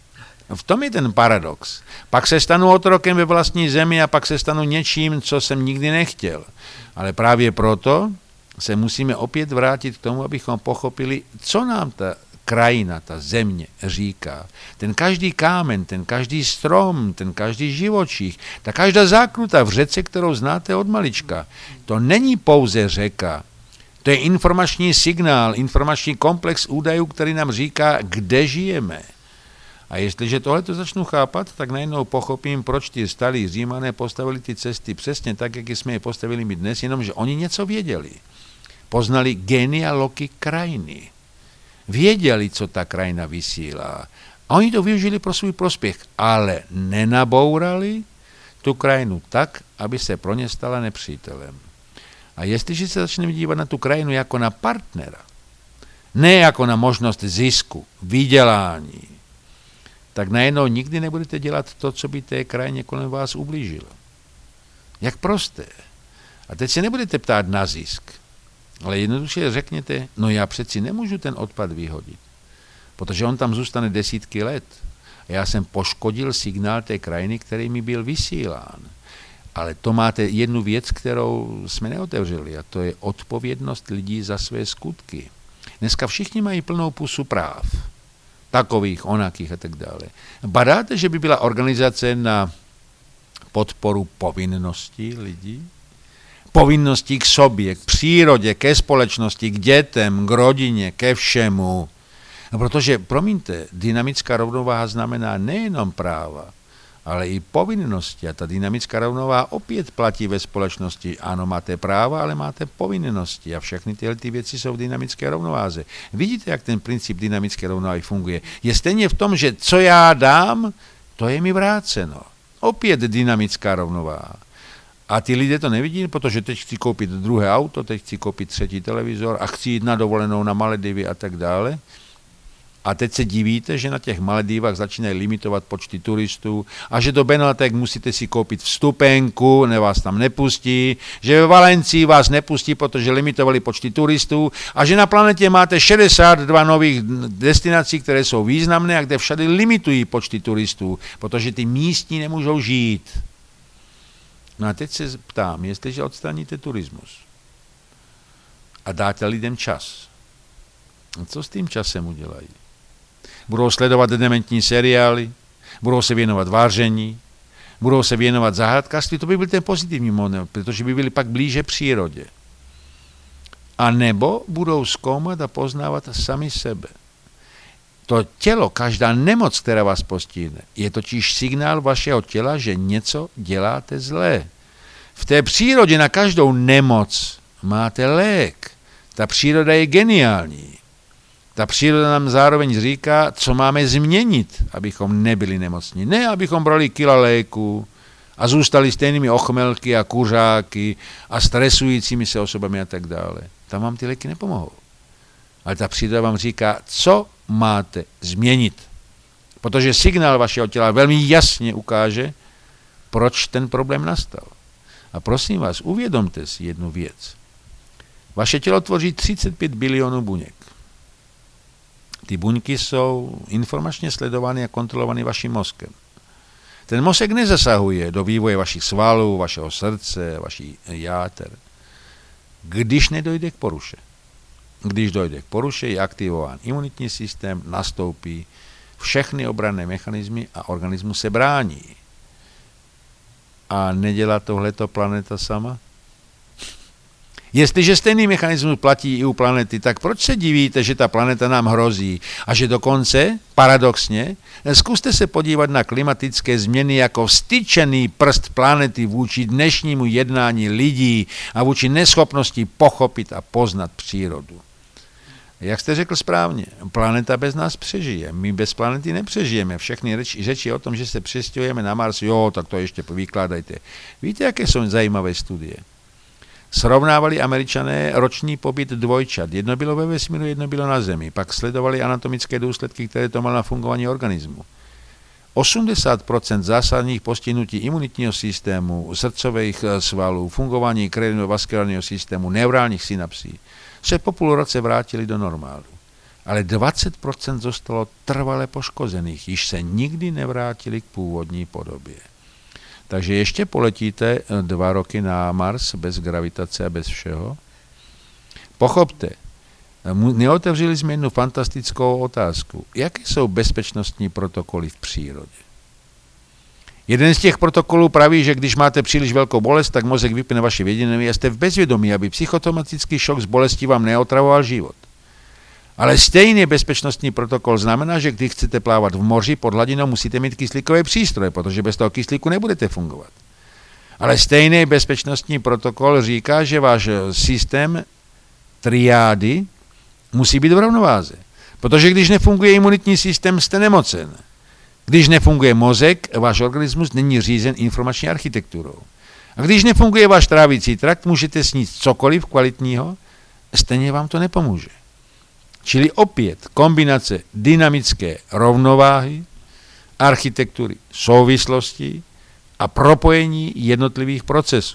V tom je ten paradox. Pak se stanu otrokem ve vlastní zemi a pak se stanu něčím, co jsem nikdy nechtěl. Ale právě proto se musíme opět vrátit k tomu, abychom pochopili, co nám ta krajina, ta země říká. Ten každý kámen, ten každý strom, ten každý živočích, ta každá zákruta v řece, kterou znáte od malička, to není pouze řeka. To je informační signál, informační komplex údajů, který nám říká, kde žijeme. A jestliže tohle to začnu chápat, tak najednou pochopím, proč ty starý Římané postavili ty cesty přesně tak, jak jsme je postavili my dnes, jenomže oni něco věděli. Poznali genealogy krajiny. Věděli, co ta krajina vysílá. A oni to využili pro svůj prospěch, ale nenabourali tu krajinu tak, aby se pro ně stala nepřítelem. A jestliže se začneme dívat na tu krajinu jako na partnera, ne jako na možnost zisku, vydělání, tak najednou nikdy nebudete dělat to, co by té krajině kolem vás ublížilo. Jak prosté. A teď se nebudete ptát na zisk, ale jednoduše řekněte, no já přeci nemůžu ten odpad vyhodit, protože on tam zůstane desítky let. A já jsem poškodil signál té krajiny, který mi byl vysílán. Ale to máte jednu věc, kterou jsme neotevřeli, a to je odpovědnost lidí za své skutky. Dneska všichni mají plnou pusu práv. Takových, onakých a tak dále. Badáte, že by byla organizace na podporu povinností lidí? Povinností k sobě, k přírodě, ke společnosti, k dětem, k rodině, ke všemu. No protože, promiňte, dynamická rovnováha znamená nejenom práva, ale i povinnosti. A ta dynamická rovnováha opět platí ve společnosti. Ano, máte práva, ale máte povinnosti. A všechny tyhle věci jsou v dynamické rovnováze. Vidíte, jak ten princip dynamické rovnováhy funguje? Je stejně v tom, že co já dám, to je mi vráceno. Opět dynamická rovnováha. A ty lidé to nevidí, protože teď chci koupit druhé auto, teď chci koupit třetí televizor a chci jít na dovolenou na Maledivy a tak dále. A teď se divíte, že na těch Maledivách začínají limitovat počty turistů a že do Benátek musíte si koupit vstupenku, ne vás tam nepustí, že ve Valencii vás nepustí, protože limitovali počty turistů a že na planetě máte 62 nových destinací, které jsou významné a kde všade limitují počty turistů, protože ty místní nemůžou žít. No a teď se ptám, jestliže odstraníte turismus a dáte lidem čas, co s tím časem udělají? Budou sledovat dementní seriály, budou se věnovat váření, budou se věnovat zahrádkářství, to by byl ten pozitivní model, protože by byli pak blíže přírodě. A nebo budou zkoumat a poznávat sami sebe. To tělo, každá nemoc, která vás postihne, je totiž signál vašeho těla, že něco děláte zlé. V té přírodě na každou nemoc máte lék. Ta příroda je geniální. Ta příroda nám zároveň říká, co máme změnit, abychom nebyli nemocní. Ne, abychom brali kila léku a zůstali stejnými ochmelky a kuřáky a stresujícími se osobami a tak dále. Tam vám ty léky nepomohou. Ale ta příroda vám říká, co máte změnit. Protože signál vašeho těla velmi jasně ukáže, proč ten problém nastal. A prosím vás, uvědomte si jednu věc. Vaše tělo tvoří 35 bilionů buněk. Ty buňky jsou informačně sledovány a kontrolovány vaším mozkem. Ten mozek nezasahuje do vývoje vašich svalů, vašeho srdce, vašich játer, když nedojde k poruše. Když dojde k poruše, je aktivován imunitní systém, nastoupí všechny obranné mechanismy a organismus se brání. A nedělá tohleto planeta sama? Jestliže stejný mechanismus platí i u planety, tak proč se divíte, že ta planeta nám hrozí a že dokonce, paradoxně, zkuste se podívat na klimatické změny jako vstyčený prst planety vůči dnešnímu jednání lidí a vůči neschopnosti pochopit a poznat přírodu. Jak jste řekl správně, planeta bez nás přežije. My bez planety nepřežijeme. Všechny řeči o tom, že se přestěhujeme na Mars, jo, tak to ještě vykládajte. Víte, jaké jsou zajímavé studie? Srovnávali Američané roční pobyt dvojčat. Jedno bylo ve vesmíru, jedno bylo na Zemi. Pak sledovali anatomické důsledky, které to má na fungování organismu. 80% zásadních postihnutí imunitního systému, srdcových svalů, fungování krevivaskulárního systému, neurálních synapsí se po půl roce vrátili do normálu. Ale 20% zostalo trvale poškozených, již se nikdy nevrátili k původní podobě. Takže ještě poletíte 2 roky na Mars bez gravitace a bez všeho. Pochopte, neotevřeli jsme jednu fantastickou otázku. Jaké jsou bezpečnostní protokoly v přírodě? Jeden z těch protokolů praví, že když máte příliš velkou bolest, tak mozek vypne vaše vědomí a jste v bezvědomí, aby psychotomatický šok z bolesti vám neotravoval život. Ale stejný bezpečnostní protokol znamená, že když chcete plávat v moři pod hladinou, musíte mít kyslíkové přístroje, protože bez toho kyslíku nebudete fungovat. Ale stejný bezpečnostní protokol říká, že váš systém triády musí být v rovnováze. Protože když nefunguje imunitní systém, jste nemocen. Když nefunguje mozek, váš organismus není řízen informační architekturou. A když nefunguje váš trávicí trakt, můžete sníst cokoliv kvalitního, stejně vám to nepomůže. Čili opět kombinace dynamické rovnováhy, architektury souvislostí a propojení jednotlivých procesů.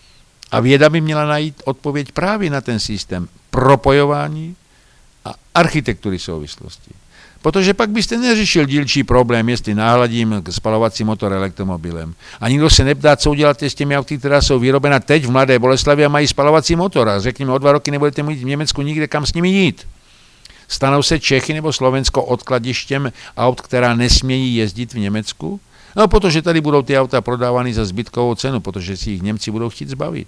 A věda by měla najít odpověď právě na ten systém propojování a architektury souvislostí. Protože pak byste neřešil dílčí problém, jestli nahladím spalovací motor elektromobilem. A nikdo se neptá, co udělat s těmi auty, která jsou vyrobena teď v Mladé Boleslavi a mají spalovací motor. A řekněme, o 2 roky nebudete mít v Německu nikde kam s nimi jít. Stanou se Čechy nebo Slovensko odkladištěm aut, která nesmějí jezdit v Německu? No, protože tady budou ty auta prodávány za zbytkovou cenu, protože si jich Němci budou chtít zbavit.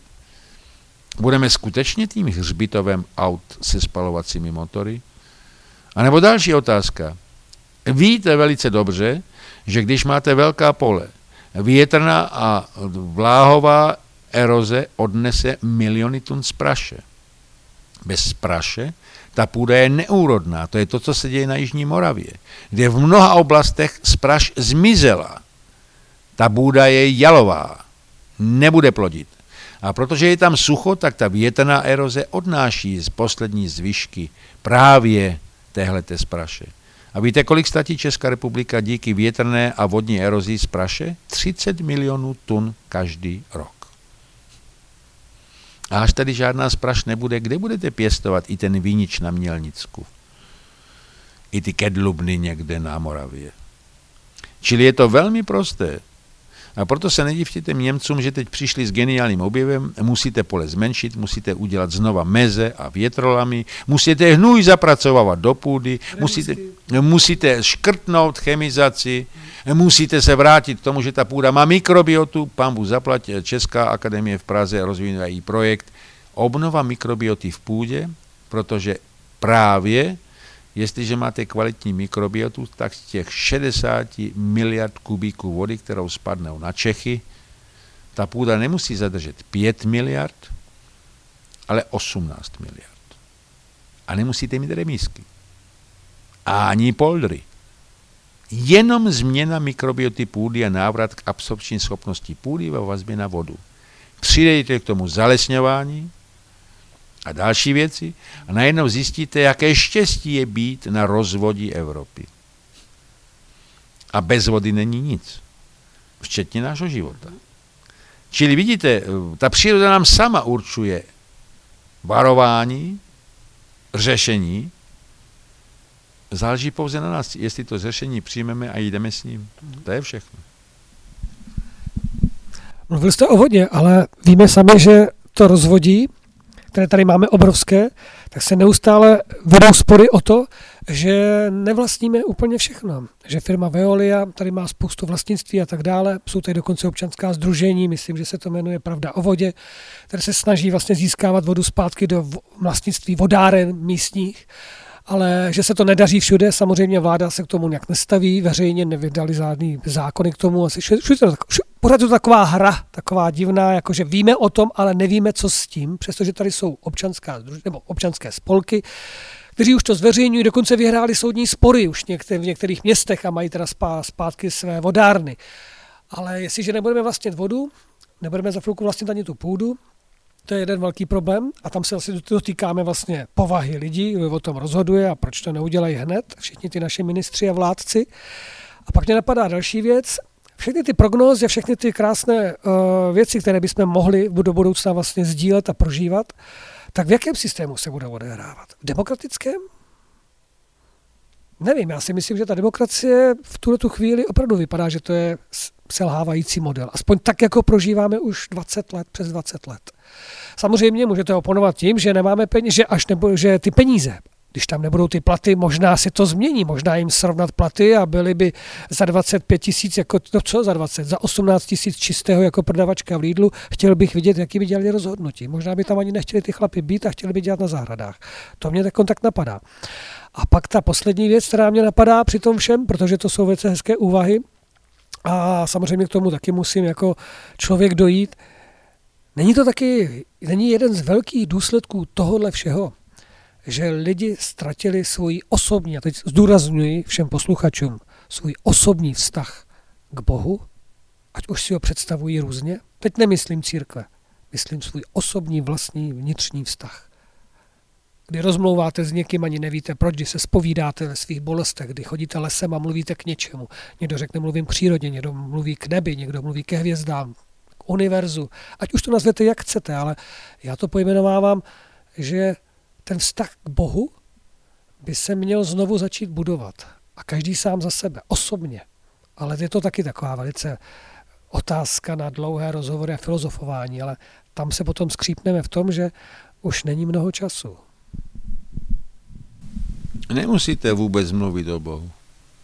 Budeme skutečně tím hřbitovem aut se spalovacími motory? A nebo další otázka. Víte velice dobře, že když máte velká pole, větrná a vláhová eroze odnese miliony tun spraše. Bez spraše ta půda je neúrodná. To je to, co se děje na Jižní Moravě, kde v mnoha oblastech spraš zmizela. Ta půda je jalová, nebude plodit. A protože je tam sucho, tak ta větrná eroze odnáší z poslední zvyšky právě téhleté spraše. A víte, kolik ztratí Česká republika díky větrné a vodní erozi spraše? 30 milionů tun každý rok. A až tady žádná spraš nebude, kde budete pěstovat i ten vinič na Mělnicku? I ty kedlubny někde na Moravě. Čili je to velmi prosté. A proto se nedivte těm Němcům, že teď přišli s geniálním objevem, musíte pole zmenšit, musíte udělat znova meze a větrolamy, musíte hnůj zapracovávat do půdy, musíte škrtnout chemizaci, musíte se vrátit k tomu, že ta půda má mikrobiotu, pán Bůh zaplať, Česká akademie v Praze rozvinula i projekt obnova mikrobioty v půdě, protože právě jestliže máte kvalitní mikrobiotu, tak z těch 60 miliard kubíků vody, kterou spadnou na Čechy, ta půda nemusí zadržet 5 miliard, ale 18 miliard. A nemusíte mít remísky. Ani poldry. Jenom změna mikrobioty půdy a návrat k absorpční schopnosti půdy ve vazbě na vodu. Přidejte k tomu zalesňování a další věci a najednou zjistíte, jaké štěstí je být na rozvodí Evropy. A bez vody není nic, včetně nášho života. Čili vidíte, ta příroda nám sama určuje varování, řešení, záleží pouze na nás, jestli to řešení přijmeme a jdeme s ním. To je všechno. Mluvil jste o vodě, ale víme sami, že to rozvodí, které tady máme obrovské, tak se neustále vedou spory o to, že nevlastníme úplně všechno. Že firma Veolia tady má spoustu vlastnictví a tak dále. Jsou tady dokonce občanská sdružení, myslím, že se to jmenuje Pravda o vodě, které se snaží vlastně získávat vodu zpátky do vlastnictví vodáren místních. Ale že se to nedaří všude, samozřejmě vláda se k tomu nějak nestaví, veřejně nevydali žádný zákony k tomu. Pořád to taková hra, taková divná, jakože víme o tom, ale nevíme, co s tím, přestože tady jsou občanské spolky, kteří už to zveřejňují, dokonce vyhráli soudní spory už v některých městech a mají teda zpátky své vodárny. Ale jestliže nebudeme vlastnit vodu, nebudeme za chvilku vlastnit ani tu půdu, to je jeden velký problém a tam se asi dotýkáme vlastně povahy lidí, kdo o tom rozhoduje a proč to neudělají hned, všichni ty naši ministři a vládci. A pak mě napadá další věc, všechny ty prognózy a všechny ty krásné věci, které bychom mohli do budoucna vlastně sdílet a prožívat, tak v jakém systému se bude odehrávat? V demokratickém? Nevím, já si myslím, že ta demokracie v tuhletu chvíli opravdu vypadá, že to je selhávající model. Aspoň tak, jako prožíváme už 20 let, přes 20 let. Samozřejmě můžete oponovat tím, že nemáme peníze, že ty peníze, když tam nebudou ty platy, možná se to změní, možná jim srovnat platy a byly by za 25 000, jako, no co za 20, za 18 000 čistého jako prodavačka v Lidlu, chtěl bych vidět, jaký by dělali rozhodnutí. Možná by tam ani nechtěli ty chlapy být a chtěli by dělat na zahradách. To mě tak napadá. A pak ta poslední věc, která mě napadá při tom všem, protože to jsou velice hezké úvahy a samozřejmě k tomu taky musím jako člověk dojít. Není jeden z velkých důsledků tohohle všeho, že lidi ztratili svůj osobní, a teď zdůrazňuji všem posluchačům, svůj osobní vztah k Bohu, ať už si ho představují různě. Teď nemyslím církve, myslím svůj osobní, vlastní, vnitřní vztah. Kdy rozmlouváte s někým, ani nevíte proč, kdy se zpovídáte ve svých bolestech, kdy chodíte lesem a mluvíte k něčemu. Někdo řekne, mluvím k přírodě, někdo mluví k nebi, někdo mluví ke hvězdám, k univerzu. Ať už to nazvete, jak chcete, ale já to pojmenovávám, že ten vztah k Bohu by se měl znovu začít budovat. A každý sám za sebe, osobně. Ale je to taky taková velice otázka na dlouhé rozhovory a filozofování, ale tam se potom skřípneme v tom, že už není mnoho času. Nemusíte vůbec mluvit o Bohu.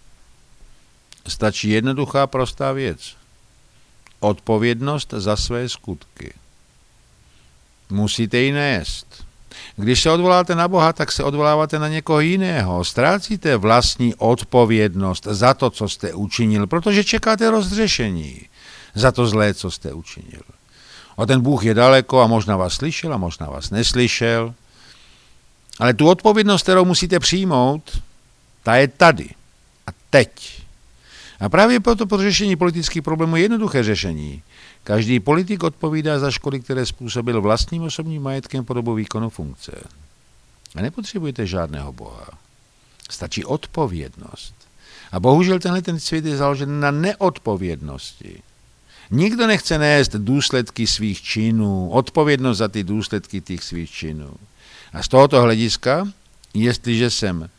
Stačí jednoduchá prostá věc. Odpovědnost za své skutky. Musíte ji nést. Když se odvoláte na Boha, tak se odvoláváte na někoho jiného. Ztrácíte vlastní odpovědnost za to, co jste učinil, protože čekáte rozřešení za to zlé, co jste učinil. A ten Bůh je daleko a možná vás slyšel a možná vás neslyšel. Ale tu odpovědnost, kterou musíte přijmout, ta je tady a teď. A právě proto pro řešení politických problémů je jednoduché řešení. Každý politik odpovídá za škody, které způsobil vlastním osobním majetkem po dobu výkonu funkce. A nepotřebujete žádného Boha. Stačí odpovědnost. A bohužel ten svět je založen na neodpovědnosti. Nikdo nechce nést důsledky svých činů, odpovědnost za ty důsledky těch svých činů. A z tohoto hlediska, jestliže jsem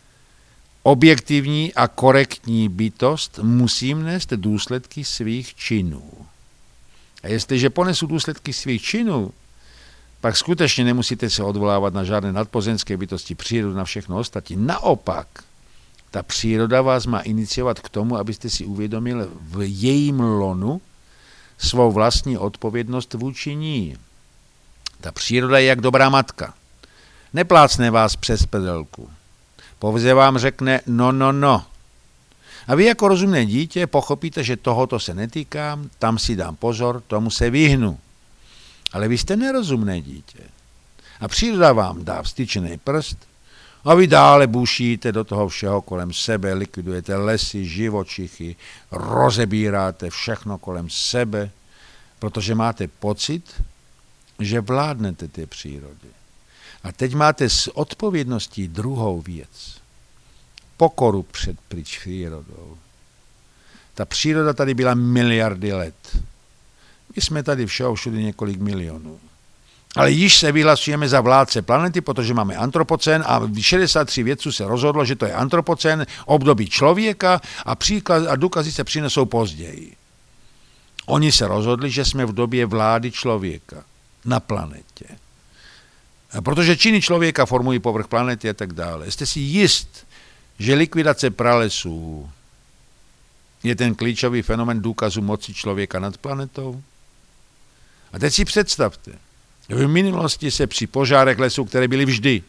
objektivní a korektní bytost, musím nést důsledky svých činů. A jestliže ponesu důsledky svých činů, pak skutečně nemusíte se odvolávat na žádné nadpozemské bytosti, přírodu, na všechno ostatní. Naopak, ta příroda vás má iniciovat k tomu, abyste si uvědomil v jejím lonu svou vlastní odpovědnost vůči ní. Ta příroda je jak dobrá matka. Neplácne vás přes prdelku. Pouze vám řekne no. A vy jako rozumné dítě pochopíte, že tohoto se netýkám, tam si dám pozor, tomu se vyhnu. Ale vy jste nerozumné dítě. A příroda vám dá vstyčený prst a vy dále bušíte do toho všeho kolem sebe, likvidujete lesy, živočichy, rozebíráte všechno kolem sebe, protože máte pocit, že vládnete té přírodě. A teď máte s odpovědností druhou věc. Pokoru před přírodou. Ta příroda tady byla miliardy let. My jsme tady všude několik milionů. Ale již se vyhlasujeme za vládce planety, protože máme antropocén a 63 vědců se rozhodlo, že to je antropocén, období člověka a důkazy se přinesou později. Oni se rozhodli, že jsme v době vlády člověka na planetě. Protože činy člověka formují povrch planety a tak dále. Jste si jist, že likvidace pralesů je ten klíčový fenomén důkazu moci člověka nad planetou? A teď si představte, v minulosti se při požárech lesů, které byly vždy,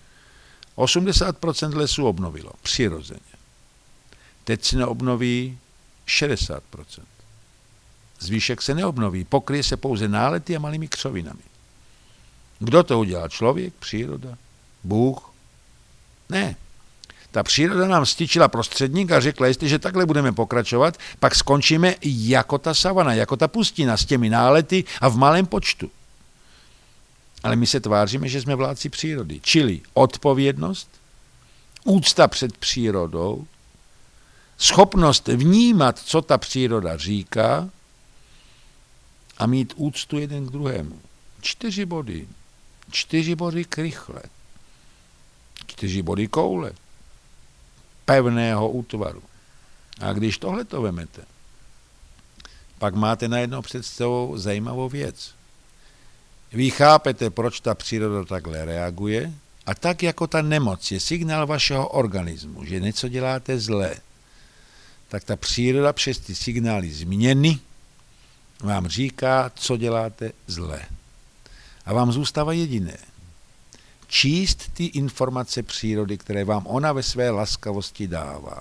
80% lesů obnovilo, přirozeně. Teď se neobnoví 60%. Zvyšek se neobnoví, pokryje se pouze nálety a malými křovinami. Kdo to udělal? Člověk, příroda, Bůh? Ne. Ta příroda nám styčila prostředník a řekla, jestliže takhle budeme pokračovat, pak skončíme jako ta savana, jako ta pustina s těmi nálety a v malém počtu. Ale my se tváříme, že jsme vládci přírody. Čili odpovědnost, úcta před přírodou, schopnost vnímat, co ta příroda říká a mít úctu jeden k druhému. 4 body. 4 body krychle. 4 body koule. Pevného útvaru. A když tohle to vemete, pak máte najednou před sebou zajímavou věc. Vy chápete, proč ta příroda takhle reaguje a tak jako ta nemoc je signál vašeho organismu, že něco děláte zlé, tak ta příroda přes ty signály změny vám říká, co děláte zlé. A vám zůstává jediné. Číst ty informace přírody, které vám ona ve své laskavosti dává.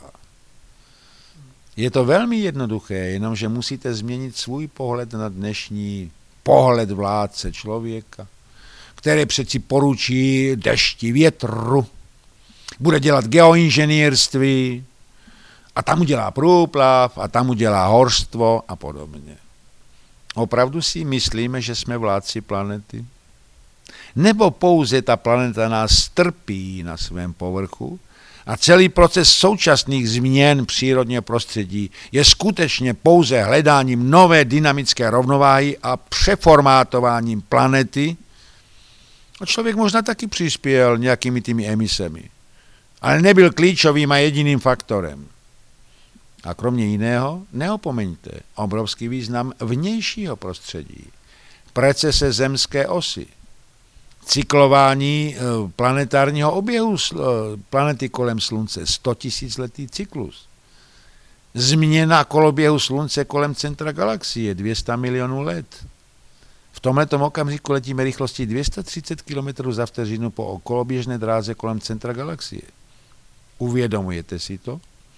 Je to velmi jednoduché, jenomže musíte změnit svůj pohled na dnešní pohled vládce člověka, který přeci poručí dešti, větru, bude dělat geoinženýrství a tam udělá průplav a tam udělá horstvo a podobně. Opravdu si myslíme, že jsme vládci planety? Nebo pouze ta planeta nás strpí na svém povrchu a celý proces současných změn přírodního prostředí je skutečně pouze hledáním nové dynamické rovnováhy a přeformátováním planety? A člověk možná taky přispěl nějakými těmi emisemi, ale nebyl klíčovým a jediným faktorem. A kromě jiného neopomeňte obrovský význam vnějšího prostředí, precese zemské osy, cyklování planetárního oběhu planety kolem Slunce, 100 000letý cyklus. Změna koloběhu Slunce kolem centra galaxie, 200 milionů let. V tomhletom okamžiku letíme rychlostí 230 km za vteřinu po koloběžné dráze kolem centra galaxie. Uvědomujete si to?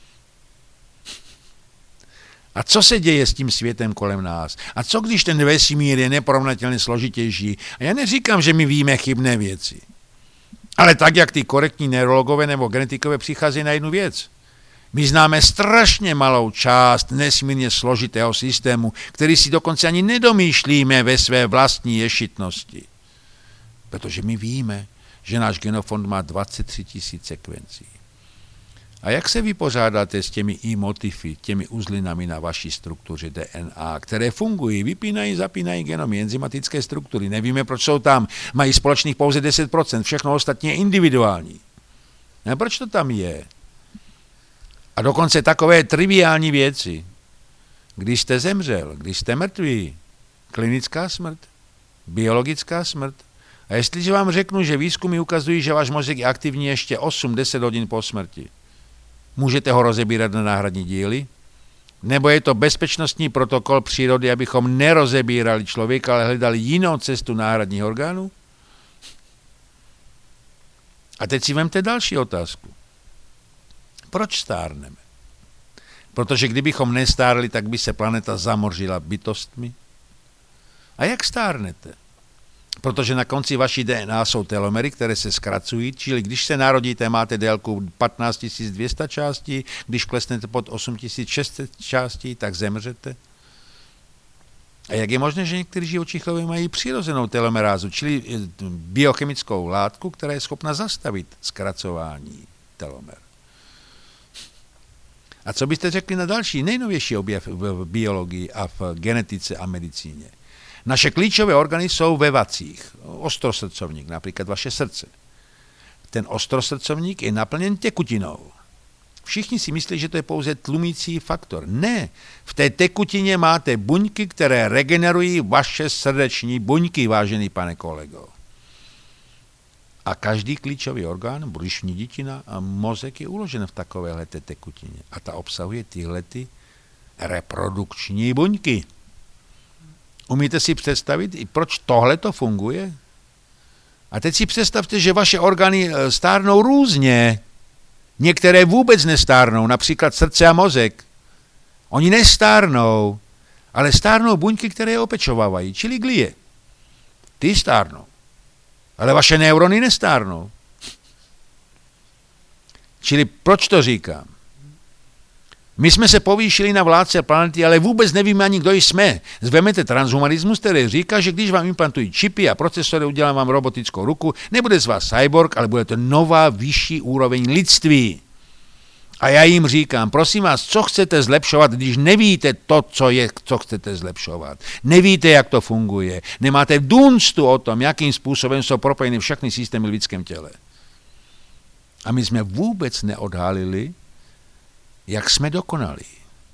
A co se děje s tím světem kolem nás? A co když ten vesmír je neporovnatelně složitější? A já neříkám, že my víme chybné věci. Ale tak, jak ty korektní neurologové nebo genetikové přicházejí na jednu věc. My známe strašně malou část nesmírně složitého systému, který si dokonce ani nedomýšlíme ve své vlastní ješitnosti. Protože my víme, že náš genofond má 23 000 sekvencí. A jak se vypořádáte s těmi motify, těmi uzlinami na vaší struktuře DNA, které fungují, vypínají, zapínají genomy, enzymatické struktury, nevíme, proč jsou tam, mají společných pouze 10%, všechno ostatní je individuální. A proč to tam je? A dokonce takové triviální věci. Když jste zemřel, když jste mrtví, klinická smrt, biologická smrt. A jestliže vám řeknu, že výzkumy ukazují, že váš mozek je aktivní ještě 8-10 hodin po smrti, můžete ho rozebírat na náhradní díly? Nebo je to bezpečnostní protokol přírody, abychom nerozebírali člověka, ale hledali jinou cestu náhradních orgánů? A teď si vemte další otázku. Proč stárneme? Protože kdybychom nestárli, tak by se planeta zamořila bytostmi. A jak stárnete? Protože na konci vaší DNA jsou telomery, které se zkracují, čili když se narodíte, máte délku 15 200 částí, když klesnete pod 8 600 částí, tak zemřete. A jak je možné, že někteří živočichové mají přirozenou telomerázu, čili biochemickou látku, která je schopna zastavit zkracování telomer? A co byste řekli na další, nejnovější objev v biologii a v genetice a medicíně? Naše klíčové orgány jsou ve vacích. Ostrosrdcovník, například vaše srdce. Ten ostrosrdcovník je naplněn tekutinou. Všichni si myslí, že to je pouze tlumící faktor. Ne, v té tekutině máte buňky, které regenerují vaše srdeční buňky, vážený pane kolego. A každý klíčový orgán, břišní dětina a mozek je uložen v takovéhle tekutině. A ta obsahuje tyhle reprodukční buňky. Umíte si představit, proč tohle to funguje? A teď si představte, že vaše orgány stárnou různě. Některé vůbec nestárnou, například srdce a mozek. Oni nestárnou, ale stárnou buňky, které je opečovávají, čili glie. Ty stárnou. Ale vaše neurony nestárnou. Čili proč to říkám? My jsme se povýšili na vládce planety, ale vůbec nevíme ani, kdo jsme. Zvemete transhumanismus, který říká, že když vám implantují čipy a procesory, udělám vám robotickou ruku, nebude z vás cyborg, ale bude to nová, vyšší úroveň lidství. A já jim říkám, prosím vás, co chcete zlepšovat, když nevíte to, co chcete zlepšovat. Nevíte, jak to funguje. Nemáte dunstu o tom, jakým způsobem jsou propojeny všechny systémy v lidském těle. A my jsme vůbec neodhalili, jak jsme dokonalí.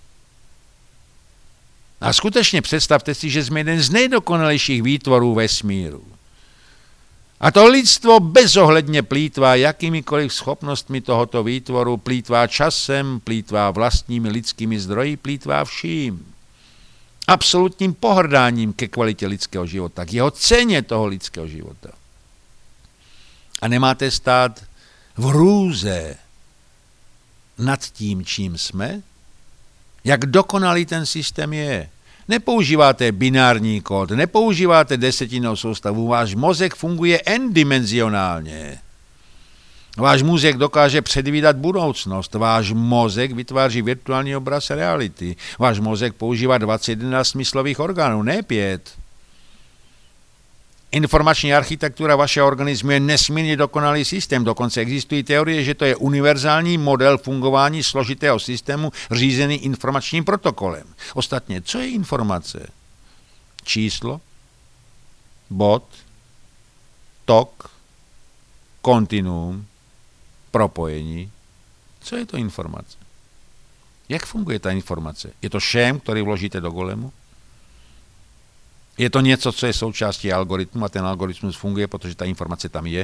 A skutečně představte si, že jsme jeden z nejdokonalejších výtvorů vesmíru. A to lidstvo bezohledně plýtvá jakýmikoliv schopnostmi tohoto výtvoru, plýtvá časem, plýtvá vlastními lidskými zdroji, plýtvá vším. Absolutním pohrdáním ke kvalitě lidského života, k jeho ceně toho lidského života. A nemáte stát v hrůze nad tím, čím jsme? Jak dokonalý ten systém je? Nepoužíváte binární kód, nepoužíváte desetinou soustavu, váš mozek funguje n-dimenzionálně. Váš mozek dokáže předvídat budoucnost, váš mozek vytváří virtuální obraz reality, váš mozek používá 21 smyslových orgánů, ne 5. Informační architektura vašeho organismu je nesmírně dokonalý systém, dokonce existují teorie, že to je univerzální model fungování složitého systému řízený informačním protokolem. Ostatně, co je informace? Číslo, bod, tok, kontinuum, propojení. Co je to informace? Jak funguje ta informace? Je to šém, který vložíte do golemu? Je to něco, co je součástí algoritmu a ten algoritmus funguje, protože ta informace tam je?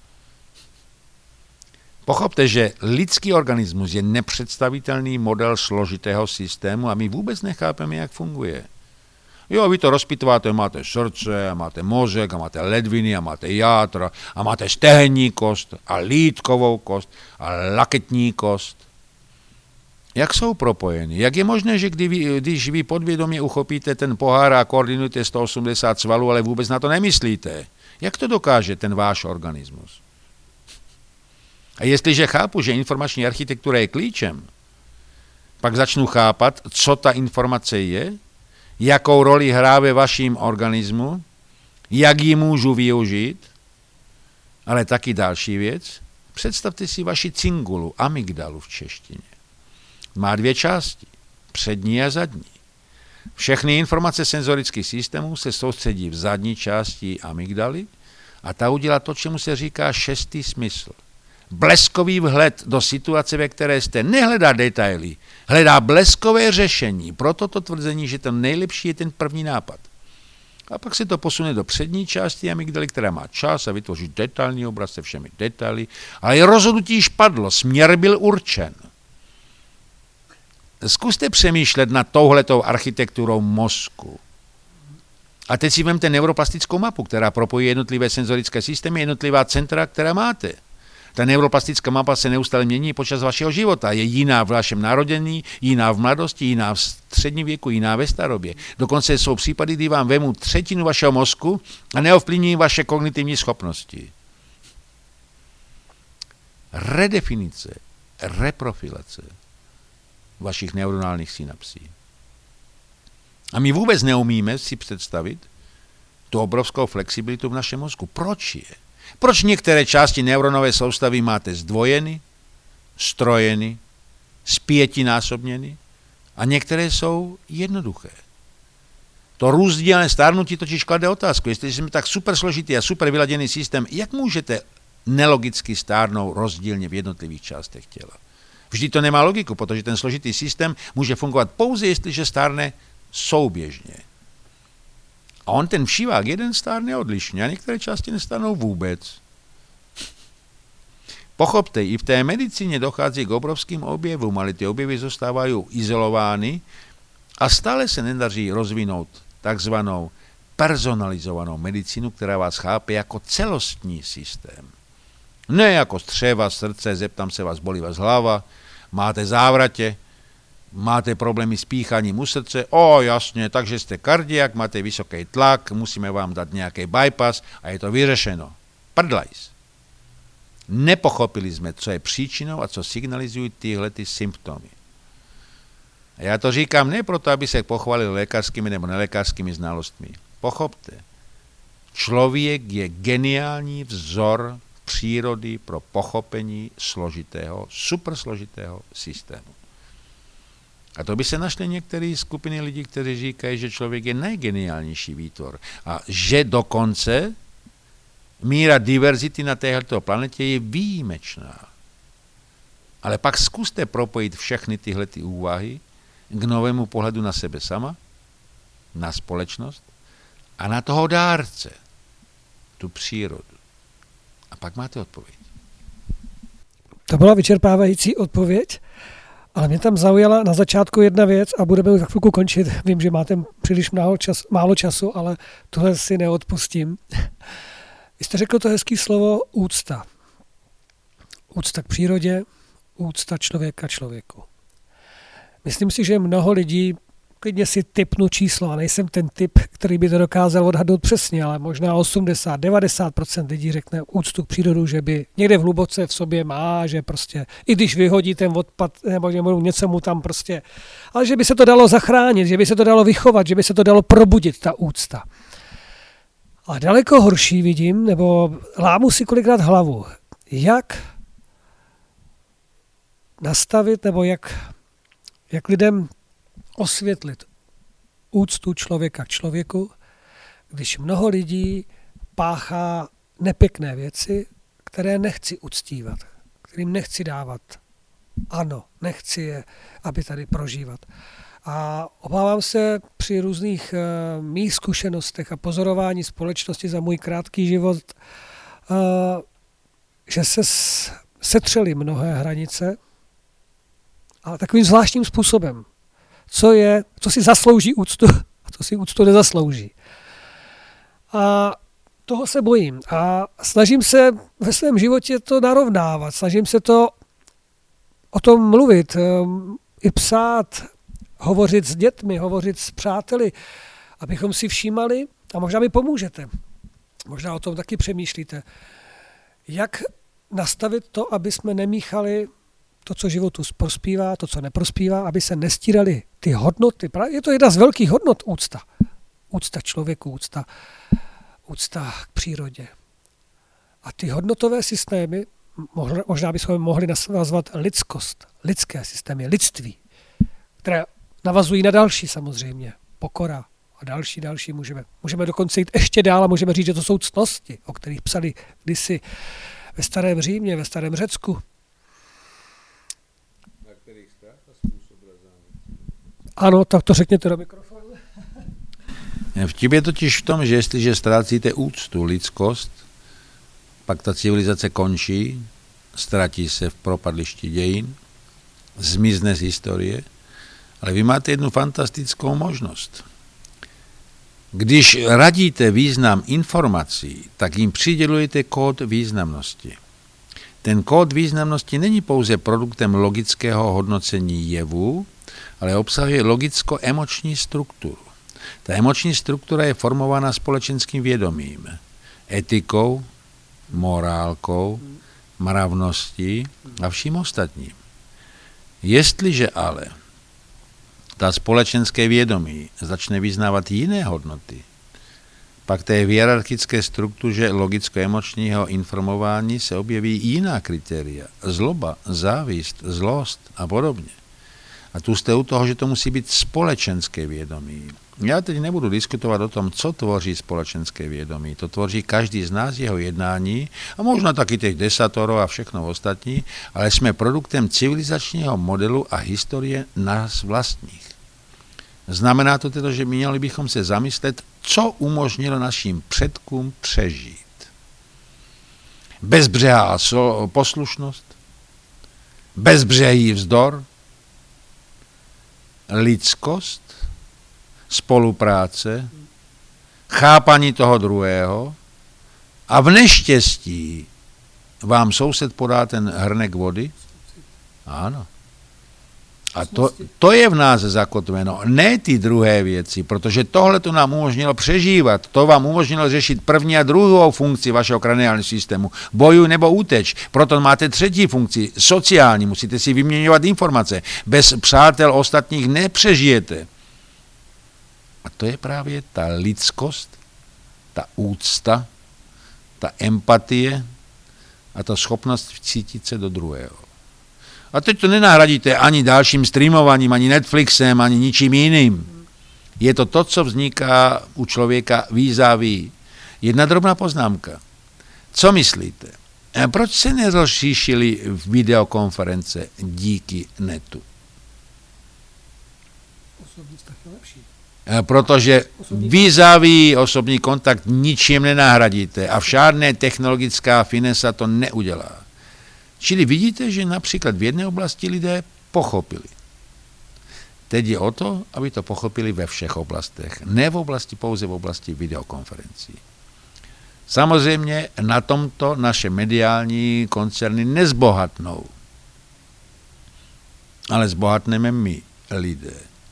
Pochopte, že lidský organismus je nepředstavitelný model složitého systému a my vůbec nechápeme, jak funguje. Jo, vy to rozpitváte, máte srdce, a máte mozek, a máte ledviny, a máte játra, a máte stehenní kost, a lýtkovou kost, a laketní kost. Jak jsou propojeny? Jak je možné, že když vy podvědomě uchopíte ten pohár a koordinujete 180 svalů, ale vůbec na to nemyslíte? Jak to dokáže ten váš organismus? A jestliže chápu, že informační architektura je klíčem, pak začnu chápat, co ta informace je, jakou roli hrá ve vaším organismu, jak ji můžu využít, ale taky další věc. Představte si vaši cingulu, amygdalu v češtině. Má 2 části, přední a zadní. Všechny informace senzorických systémů se soustředí v zadní části amygdaly a ta udělá to, čemu se říká 6. smysl. Bleskový vhled do situace, ve které jste, nehledá detaily, hledá bleskové řešení. Proto to tvrzení, že to nejlepší je ten první nápad. A pak se to posune do přední části amygdaly, která má čas a vytvoří detailní obraz se všemi detaily, ale rozhodnutí již padlo, směr byl určen. Zkuste přemýšlet nad touhletou architekturou mozku. A teď si vemte neuroplastickou mapu, která propojí jednotlivé senzorické systémy, jednotlivá centra, která máte. Ta neuroplastická mapa se neustále mění počas vašeho života. Je jiná v vašem narození, jiná v mladosti, jiná v středním věku, jiná ve starobě. Dokonce jsou případy, kdy vám vemu 1/3 vašeho mozku a neovplyvní vaše kognitivní schopnosti. Redefinice, reprofilace vašich neuronálních synapsí. A my vůbec neumíme si představit tu obrovskou flexibilitu v našem mozku. Proč je? Proč některé části neuronové soustavy máte zdvojeny, strojeny, zpětinásobněny a některé jsou jednoduché? To rozdílné stárnutí totiž klade otázku. Jestli jsme tak super složitý a super vyladěný systém, jak můžete nelogicky stárnout rozdílně v jednotlivých částech těla? Vždy to nemá logiku, protože ten složitý systém může fungovat pouze, jestliže stárne souběžně. A on ten všívák jeden stárne odlišně a některé části nestárnou vůbec. Pochopte, i v té medicíně dochází k obrovským objevům, ale ty objevy zůstávají izolovány a stále se nedaří rozvinout takzvanou personalizovanou medicínu, která vás chápe jako celostní systém. Ne jako střeva, srdce, zeptám se vás, bolí vás hlava, máte závratě, máte problémy s píchaním u srdce, jasně, takže jste kardiak, máte vysoký tlak, musíme vám dát nějaký bypass a je to vyřešeno. Prdlajs. Nepochopili jsme, co je příčinou a co signalizují tyhle symptomy. A já to říkám ne proto, aby se pochválil lékařskými nebo nelékařskými znalostmi. Pochopte, člověk je geniální vzor přírody pro pochopení složitého, supersložitého systému. A to by se našly některé skupiny lidí, kteří říkají, že člověk je nejgeniálnější výtvor a že dokonce míra diverzity na této planetě je výjimečná. Ale pak zkuste propojit všechny tyhle úvahy k novému pohledu na sebe sama, na společnost a na toho dárce, tu přírodu. A pak máte odpověď. To byla vyčerpávající odpověď, ale mě tam zaujala na začátku jedna věc a budeme za chvilku končit. Vím, že máte příliš málo času, ale tohle si neodpustím. Vy jste řekl to hezký slovo úcta. Úcta k přírodě, úcta člověka člověku. Myslím si, že mnoho lidí, klidně si tipnu číslo, a nejsem ten typ, který by to dokázal odhadnout přesně, ale možná 80-90% lidí řekne úctu k přírodu, že by někde v hluboce v sobě má, že prostě, i když vyhodí ten odpad, nebo něco mu tam prostě, ale že by se to dalo zachránit, že by se to dalo vychovat, že by se to dalo probudit, ta úcta. A daleko horší vidím, nebo lámu si kolikrát hlavu, jak nastavit, nebo jak lidem osvětlit úctu člověka k člověku, když mnoho lidí páchá nepěkné věci, které nechci uctívat, kterým nechci dávat. Ano, nechci je, aby tady prožívat. A obávám se při různých mých zkušenostech a pozorování společnosti za můj krátký život, že se setřely mnohé hranice, ale takovým zvláštním způsobem. Co si zaslouží úctu a co si úctu nezaslouží. A toho se bojím. A snažím se ve svém životě to narovnávat. Snažím se o tom mluvit, i psát, hovořit s dětmi, hovořit s přáteli, abychom si všímali, a možná mi pomůžete. Možná o tom taky přemýšlíte. Jak nastavit to, aby jsme nemíchali to, co životu prospívá, to, co neprospívá, aby se nestíraly ty hodnoty. Je to jedna z velkých hodnot úcta. Úcta člověku, úcta k přírodě. A ty hodnotové systémy, možná bychom mohli nazvat lidskost, lidské systémy, lidství, které navazují na další samozřejmě, pokora a další můžeme dokonce jít ještě dál a můžeme říct, že to jsou ctnosti, o kterých psali kdysi ve starém Římě, ve starém Řecku. Ano, tak to řekněte do mikrofonu. Vtip je totiž v tom, že jestliže ztrácíte úctu, lidskost, pak ta civilizace končí, ztratí se v propadlišti dějin, zmizne z historie, ale vy máte jednu fantastickou možnost. Když radíte význam informací, tak jim přidělujete kód významnosti. Ten kód významnosti není pouze produktem logického hodnocení jevů, ale obsahuje logicko-emoční strukturu. Ta emoční struktura je formována společenským vědomím, etikou, morálkou, mravností a vším ostatním. Jestliže ale ta společenské vědomí začne vyznávat jiné hodnoty, pak té v hierarchické struktuře logicko-emočního informování se objeví jiná kritéria. Zloba, závist, zlost a podobně. A tu jste u toho, že to musí být společenské vědomí. Já teď nebudu diskutovat o tom, co tvoří společenské vědomí. To tvoří každý z nás, jeho jednání a možná taky těch desatoro a všechno ostatní, ale jsme produktem civilizačního modelu a historie nás vlastních. Znamená to teda, že měli bychom se zamyslet, co umožnilo našim předkům přežít. bezbřehá poslušnost, bezbřehý vzdor, lidskost, spolupráce, chápaní toho druhého a v neštěstí vám soused podá ten hrnek vody. Ano. A to je v nás zakotveno, ne ty druhé věci, protože tohle to nám umožnilo přežívat, to vám umožnilo řešit první a druhou funkci vašeho kraniálního systému, bojuj nebo úteč, proto máte třetí funkci, sociální, musíte si vyměňovat informace, bez přátel ostatních nepřežijete. A to je právě ta lidskost, ta úcta, ta empatie a ta schopnost vcítit se do druhého. A teď to nenahradíte ani dalším streamováním, ani Netflixem, ani ničím jiným. Je to to, co vzniká u člověka vis-a-vis. Jedna drobná poznámka. Co myslíte? Proč se nerozšířily videokonference díky netu? Osobní vztah je lepší. Protože vis-a-vis osobní kontakt ničím nenahradíte a žádné technologická finesa to neudělá. Čili vidíte, že například v jedné oblasti lidé pochopili. Teď je o to, aby to pochopili ve všech oblastech, ne v oblasti, pouze v oblasti videokonferencí. Samozřejmě na tomto naše mediální koncerny nezbohatnou, ale zbohatneme my, lidé.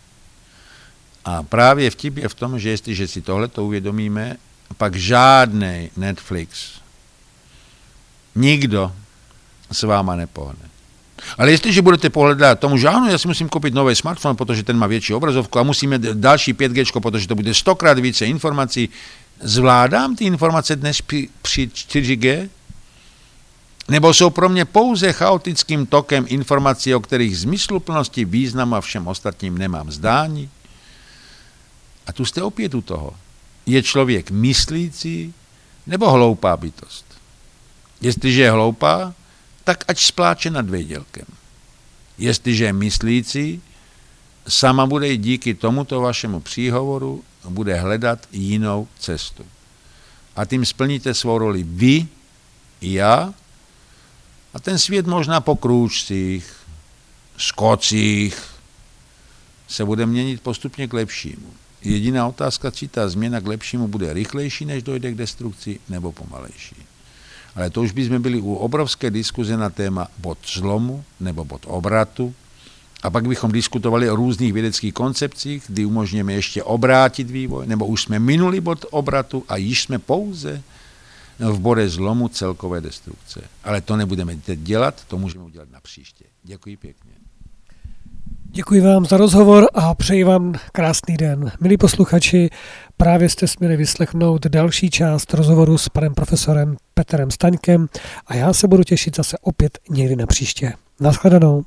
A právě vtip je v tom, že jestliže si tohleto uvědomíme, pak žádný Netflix, nikdo s váma nepohne. Ale jestliže budete pohledat tomu, že ano, já si musím koupit nový smartphone, protože ten má větší obrazovku a musíme další 5G, protože to bude 100krát více informací, zvládám ty informace dnes při 4G? Nebo jsou pro mě pouze chaotickým tokem informací, o kterých zmysluplnosti, významu a všem ostatním nemám zdání? A tu jste opět u toho. Je člověk myslící nebo hloupá bytost? Jestliže je hloupá, tak ať spláče nad vědělkem. Jestliže je myslící, sama bude i díky tomuto vašemu příhovoru bude hledat jinou cestu. A tím splníte svou roli vy, já a ten svět možná po krůčcích, skocích se bude měnit postupně k lepšímu. Jediná otázka, či ta změna k lepšímu bude rychlejší, než dojde k destrukci, nebo pomalejší. Ale to už bychom byli u obrovské diskuze na téma bod zlomu nebo bod obratu. A pak bychom diskutovali o různých vědeckých koncepcích, kdy umožňujeme ještě obrátit vývoj, nebo už jsme minuli bod obratu a již jsme pouze v bodě zlomu celkové destrukce. Ale to nebudeme teď dělat, to můžeme udělat na příště. Děkuji pěkně. Děkuji vám za rozhovor a přeji vám krásný den. Milí posluchači, právě jste směli vyslechnout další část rozhovoru s panem profesorem Petrem Staňkem a já se budu těšit zase opět někdy na příště. Naschledanou.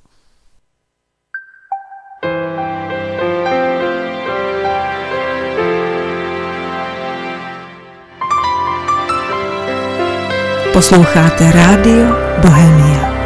Posloucháte Rádio Bohemia.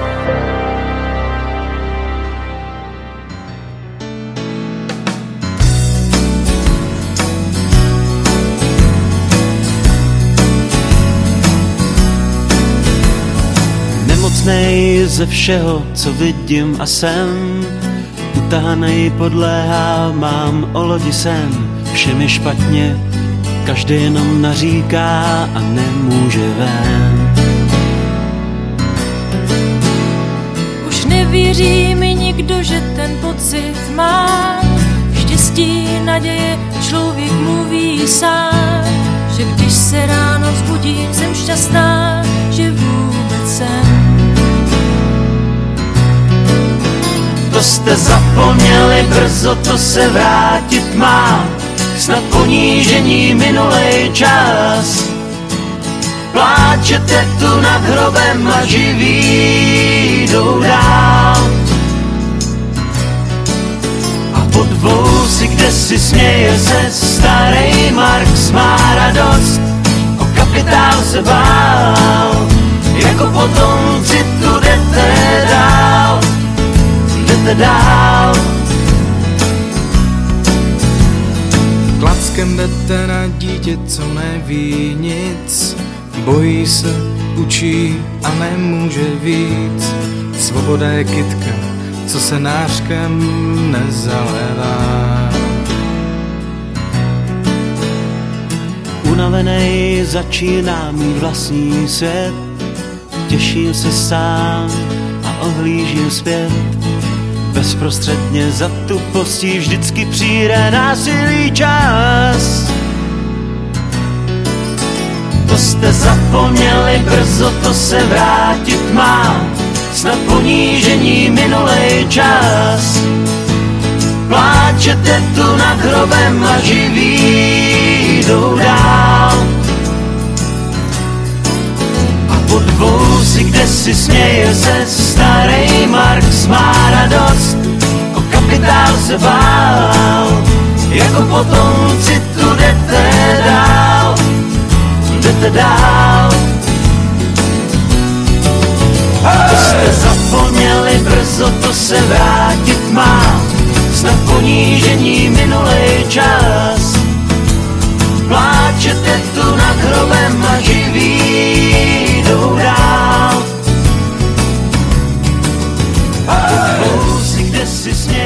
Nemocnej ze všeho, co vidím a jsem, utahanej podléhá, mám o lodi sen, vše mi špatně, každý jenom naříká a nemůže ven. Už nevěří mi nikdo, že ten pocit mám, štěstí, naděje, člověk mluví sám, že když se ráno vzbudím, jsem šťastná, že vůbec jsem. To jste zapomněli brzo, to se vrátit má, snad ponížení minulej čas. Pláčete tu nad hrobem a živí jdou dál. A pod vousy, kde si směje se starý Marx, má radost, o kapitál se bál. Jako potomci tu jdete dál, jdete dál. Klackem jdete na dítě, co neví nic, Bojí se, učí a nemůže víc. Svoboda je kytka, co se nářkem nezalévá. Unavenej začíná mít vlastní svět, těším se sám a ohlížím zpět. Bezprostředně za tupostí vždycky přijde násilý čas. To jste zapomněli, brzo to se vrátit má, snad ponížení minulej čas. Pláčete tu nad hrobem a živí jdou dál. A pod vousy, kde si směje se starý Marx, má radost, o kapitál se bál. Jako potomci tu jdete dál, jdete dál. To jste zapomněli, brzo to se vrátit má, snad ponížení minulej čas. Pláčete tu nad hrobem a živí jdou dál. A vousy, kde si směje